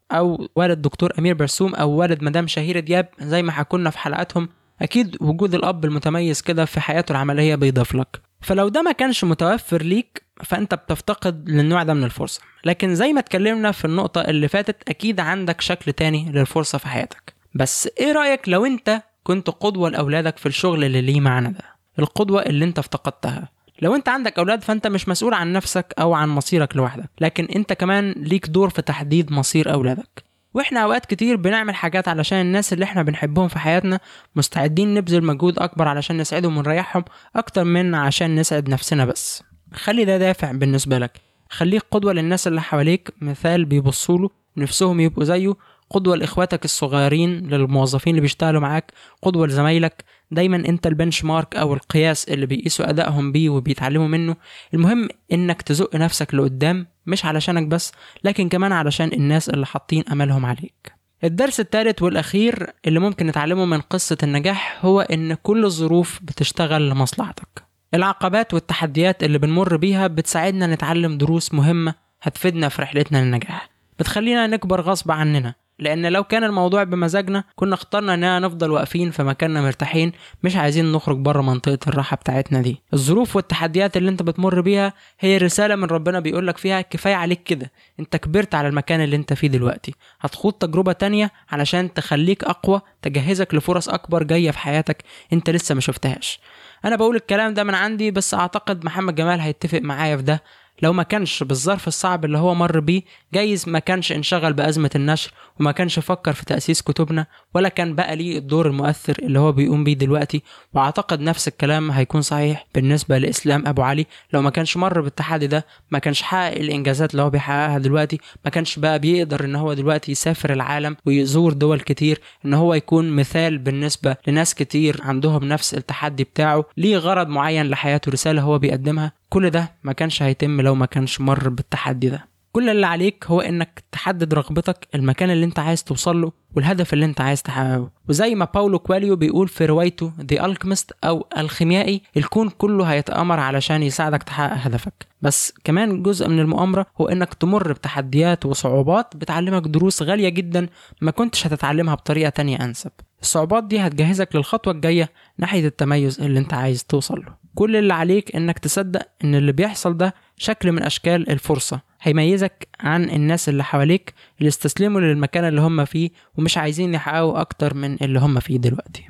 او والد دكتور امير برسوم او والد مدام شهيرة دياب زي ما حكولنا في حلقاتهم، اكيد وجود الاب المتميز كده في حياته العملية بيضيف لك. فلو ده ما كانش متوفر ليك فانت بتفتقد للنوع ده من الفرصة. لكن زي ما اتكلمنا في النقطة اللي فاتت اكيد عندك شكل تاني للفرصة في حياتك. بس ايه رأيك لو انت كنت قدوة لأولادك في الشغل اللي ليه معنى ده، القدوة اللي انت افتقدتها؟ لو انت عندك أولاد فانت مش مسؤول عن نفسك أو عن مصيرك لوحدك، لكن انت كمان ليك دور في تحديد مصير أولادك. واحنا أوقات كتير بنعمل حاجات علشان الناس اللي احنا بنحبهم في حياتنا، مستعدين نبذل مجهود أكبر علشان نسعدهم ونريحهم أكتر من عشان نسعد نفسنا بس. خلي ده دافع بالنسبة لك، خليك قدوة للناس اللي حواليك، مثال بيبصوله نفسهم يبقوا زيه، قدوة لإخواتك الصغيرين، للموظفين اللي بيشتغلوا معاك، قدوة لزمايلك. دايما انت البنش مارك او القياس اللي بيقيسوا ادائهم بيه وبيتعلموا منه. المهم انك تزق نفسك لقدام، مش علشانك بس لكن كمان علشان الناس اللي حاطين املهم عليك. الدرس الثالث والاخير اللي ممكن نتعلمه من قصة النجاح هو ان كل الظروف بتشتغل لمصلحتك. العقبات والتحديات اللي بنمر بيها بتساعدنا نتعلم دروس مهمة هتفيدنا في رحلتنا للنجاح، بتخلينا نكبر غصب عننا. لأن لو كان الموضوع بمزاجنا كنا اخترنا اننا نفضل واقفين في مكاننا مرتاحين، مش عايزين نخرج بره منطقة الراحة بتاعتنا دي. الظروف والتحديات اللي انت بتمر بيها هي رسالة من ربنا بيقولك فيها كفاية عليك كده، انت كبرت على المكان اللي انت فيه دلوقتي، هتخوض تجربة تانية علشان تخليك أقوى، تجهزك لفرص أكبر جاية في حياتك انت لسه ما شفتهاش. أنا بقول الكلام ده من عندي، بس أعتقد محمد جمال هيتفق معايا في ده. لو ما كانش بالظرف الصعب اللي هو مر بيه، جايز ما كانش انشغل بأزمة النشر، وما كانش فكر في تأسيس كتبنا، ولا كان بقى ليه الدور المؤثر اللي هو بيقوم بيه دلوقتي. وأعتقد نفس الكلام هيكون صحيح بالنسبة لإسلام أبو علي. لو ما كانش مر بالتحدي ده ما كانش حقق الإنجازات اللي هو بيحققها دلوقتي، ما كانش بقى بيقدر إن هو دلوقتي يسافر العالم ويزور دول كتير، إن هو يكون مثال بالنسبة لناس كتير عندهم نفس التحدي بتاعه، ليه غرض معين لحياته، رسالة هو بيقدمها. كل ده ما كانش هيتم لو ما كانش مر بالتحدي ده. كل اللي عليك هو انك تحدد رغبتك، المكان اللي انت عايز توصل له والهدف اللي انت عايز تحققه. وزي ما باولو كويليو بيقول في روايته The Alchemist او الخيميائي، الكون كله هيتآمر علشان يساعدك تحقق هدفك، بس كمان جزء من المؤامرة هو انك تمر بتحديات وصعوبات بتعلمك دروس غالية جدا ما كنتش هتتعلمها بطريقة تانية انسب. الصعوبات دي هتجهزك للخطوة الجاية ناحية التميز اللي انت عايز توصل له. كل اللي عليك انك تصدق ان اللي بيحصل ده شكل من اشكال الفرصة، هيميزك عن الناس اللي حواليك اللي استسلموا للمكان اللي هم فيه ومش عايزين يحققوا اكتر من اللي هم فيه دلوقتي.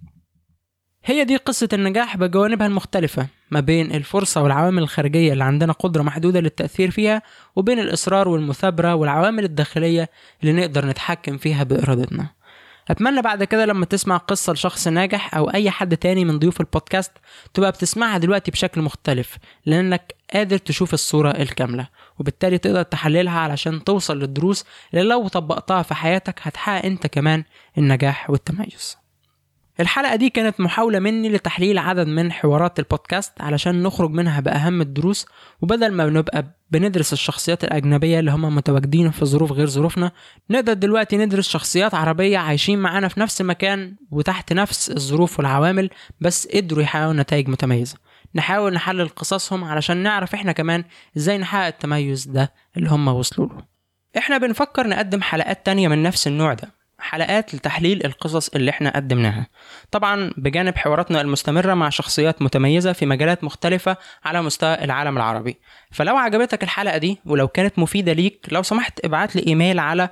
هي دي قصة النجاح بجوانبها المختلفة، ما بين الفرصة والعوامل الخارجية اللي عندنا قدرة محدودة للتأثير فيها، وبين الإصرار والمثابرة والعوامل الداخلية اللي نقدر نتحكم فيها بإرادتنا. أتمنى بعد كده لما تسمع قصة لشخص ناجح أو أي حد تاني من ضيوف البودكاست تبقى بتسمعها دلوقتي بشكل مختلف، لأنك قادر تشوف الصورة الكاملة، وبالتالي تقدر تحللها علشان توصل للدروس اللي لو طبقتها في حياتك هتحقق أنت كمان النجاح والتميز. الحلقة دي كانت محاولة مني لتحليل عدد من حوارات البودكاست علشان نخرج منها بأهم الدروس، وبدل ما نبقى بندرس الشخصيات الأجنبية اللي هم متواجدين في ظروف غير ظروفنا، نقدر دلوقتي ندرس شخصيات عربية عايشين معانا في نفس المكان وتحت نفس الظروف والعوامل، بس قدروا يحققوا نتائج متميزة. نحاول نحلل قصصهم علشان نعرف احنا كمان ازاي نحقق التميز ده اللي هم وصلوا له. احنا بنفكر نقدم حلقات تانية من نفس النوع ده، حلقات لتحليل القصص اللي احنا قدمناها، طبعا بجانب حواراتنا المستمرة مع شخصيات متميزة في مجالات مختلفة على مستوى العالم العربي. فلو عجبتك الحلقة دي ولو كانت مفيدة ليك، لو سمحت ابعت لي ايميل على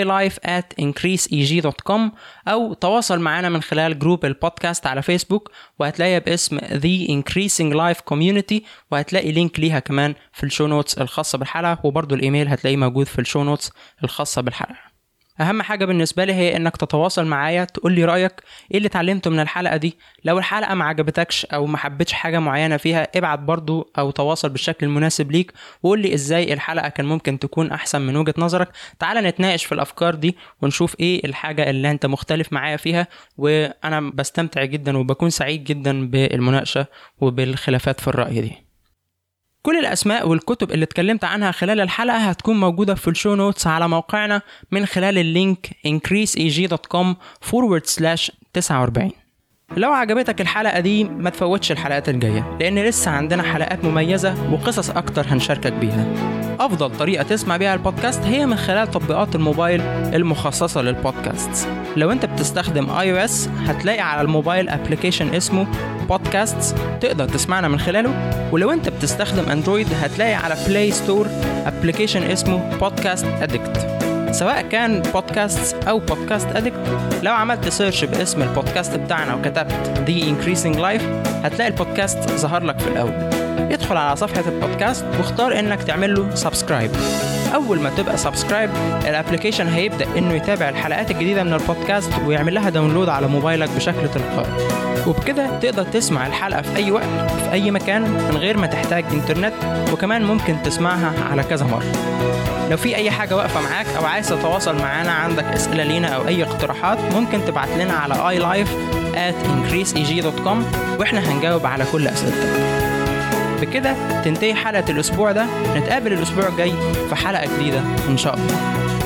ilife@increaseeg.com او تواصل معنا من خلال جروب البودكاست على فيسبوك، وهتلاقيها باسم The Increasing Life Community، وهتلاقي لينك ليها كمان في الشو نوتس الخاصة بالحلقة، وبرضو الايميل هتلاقيه موجود في الشو نوتس الخاصة بالحلقة. اهم حاجة بالنسبة لي هي انك تتواصل معايا، تقول لي رأيك ايه اللي اتعلمته من الحلقة دي. لو الحلقة ما عجبتكش او ما حبيتش حاجة معينة فيها، ابعت برضو او تواصل بالشكل المناسب ليك وقول لي ازاي الحلقة كان ممكن تكون احسن من وجهة نظرك. تعال نتناقش في الافكار دي ونشوف ايه الحاجة اللي انت مختلف معايا فيها، وانا بستمتع جدا وبكون سعيد جدا بالمناقشة وبالخلافات في الرأي دي. كل الأسماء والكتب اللي اتكلمت عنها خلال الحلقة هتكون موجودة في الشو نوتس على موقعنا من خلال اللينك increaseeg.com/49. لو عجبتك الحلقة دي ما تفوتش الحلقات الجاية، لأن لسه عندنا حلقات مميزة وقصص أكتر هنشاركك بيها. أفضل طريقة تسمع بيها البودكاست هي من خلال تطبيقات الموبايل المخصصة للبودكاست. لو أنت بتستخدم iOS هتلاقي على الموبايل أبليكيشن اسمه بودكاست تقدر تسمعنا من خلاله، ولو أنت بتستخدم أندرويد هتلاقي على بلاي ستور أبليكيشن اسمه بودكاست أديكت. سواء كان بودكاست أو بودكاست أديكت، لو عملت سيرش باسم البودكاست بتاعنا وكتبت The Increasing Life هتلاقي البودكاست ظهر لك في الأول. ادخل على صفحة البودكاست واختار إنك تعمل له سبسكرايب. أول ما تبقى سبسكرايب الابليكيشن هيبدأ إنه يتابع الحلقات الجديدة من البودكاست ويعمل لها داونلود على موبايلك بشكل تلقائي، وبكده تقدر تسمع الحلقة في أي وقت في أي مكان من غير ما تحتاج إنترنت، وكمان ممكن تسمعها على كذا مرة. لو في أي حاجة واقفة معاك أو عايز تتواصل معانا، عندك أسئلة لينا أو أي اقتراحات، ممكن تبعت لنا على ilife@increaseeg.com وإحنا هنجاوب على كل أسئلتك. بكده تنتهي حلقة الأسبوع ده، نتقابل الأسبوع الجاي في حلقة جديدة إن شاء الله.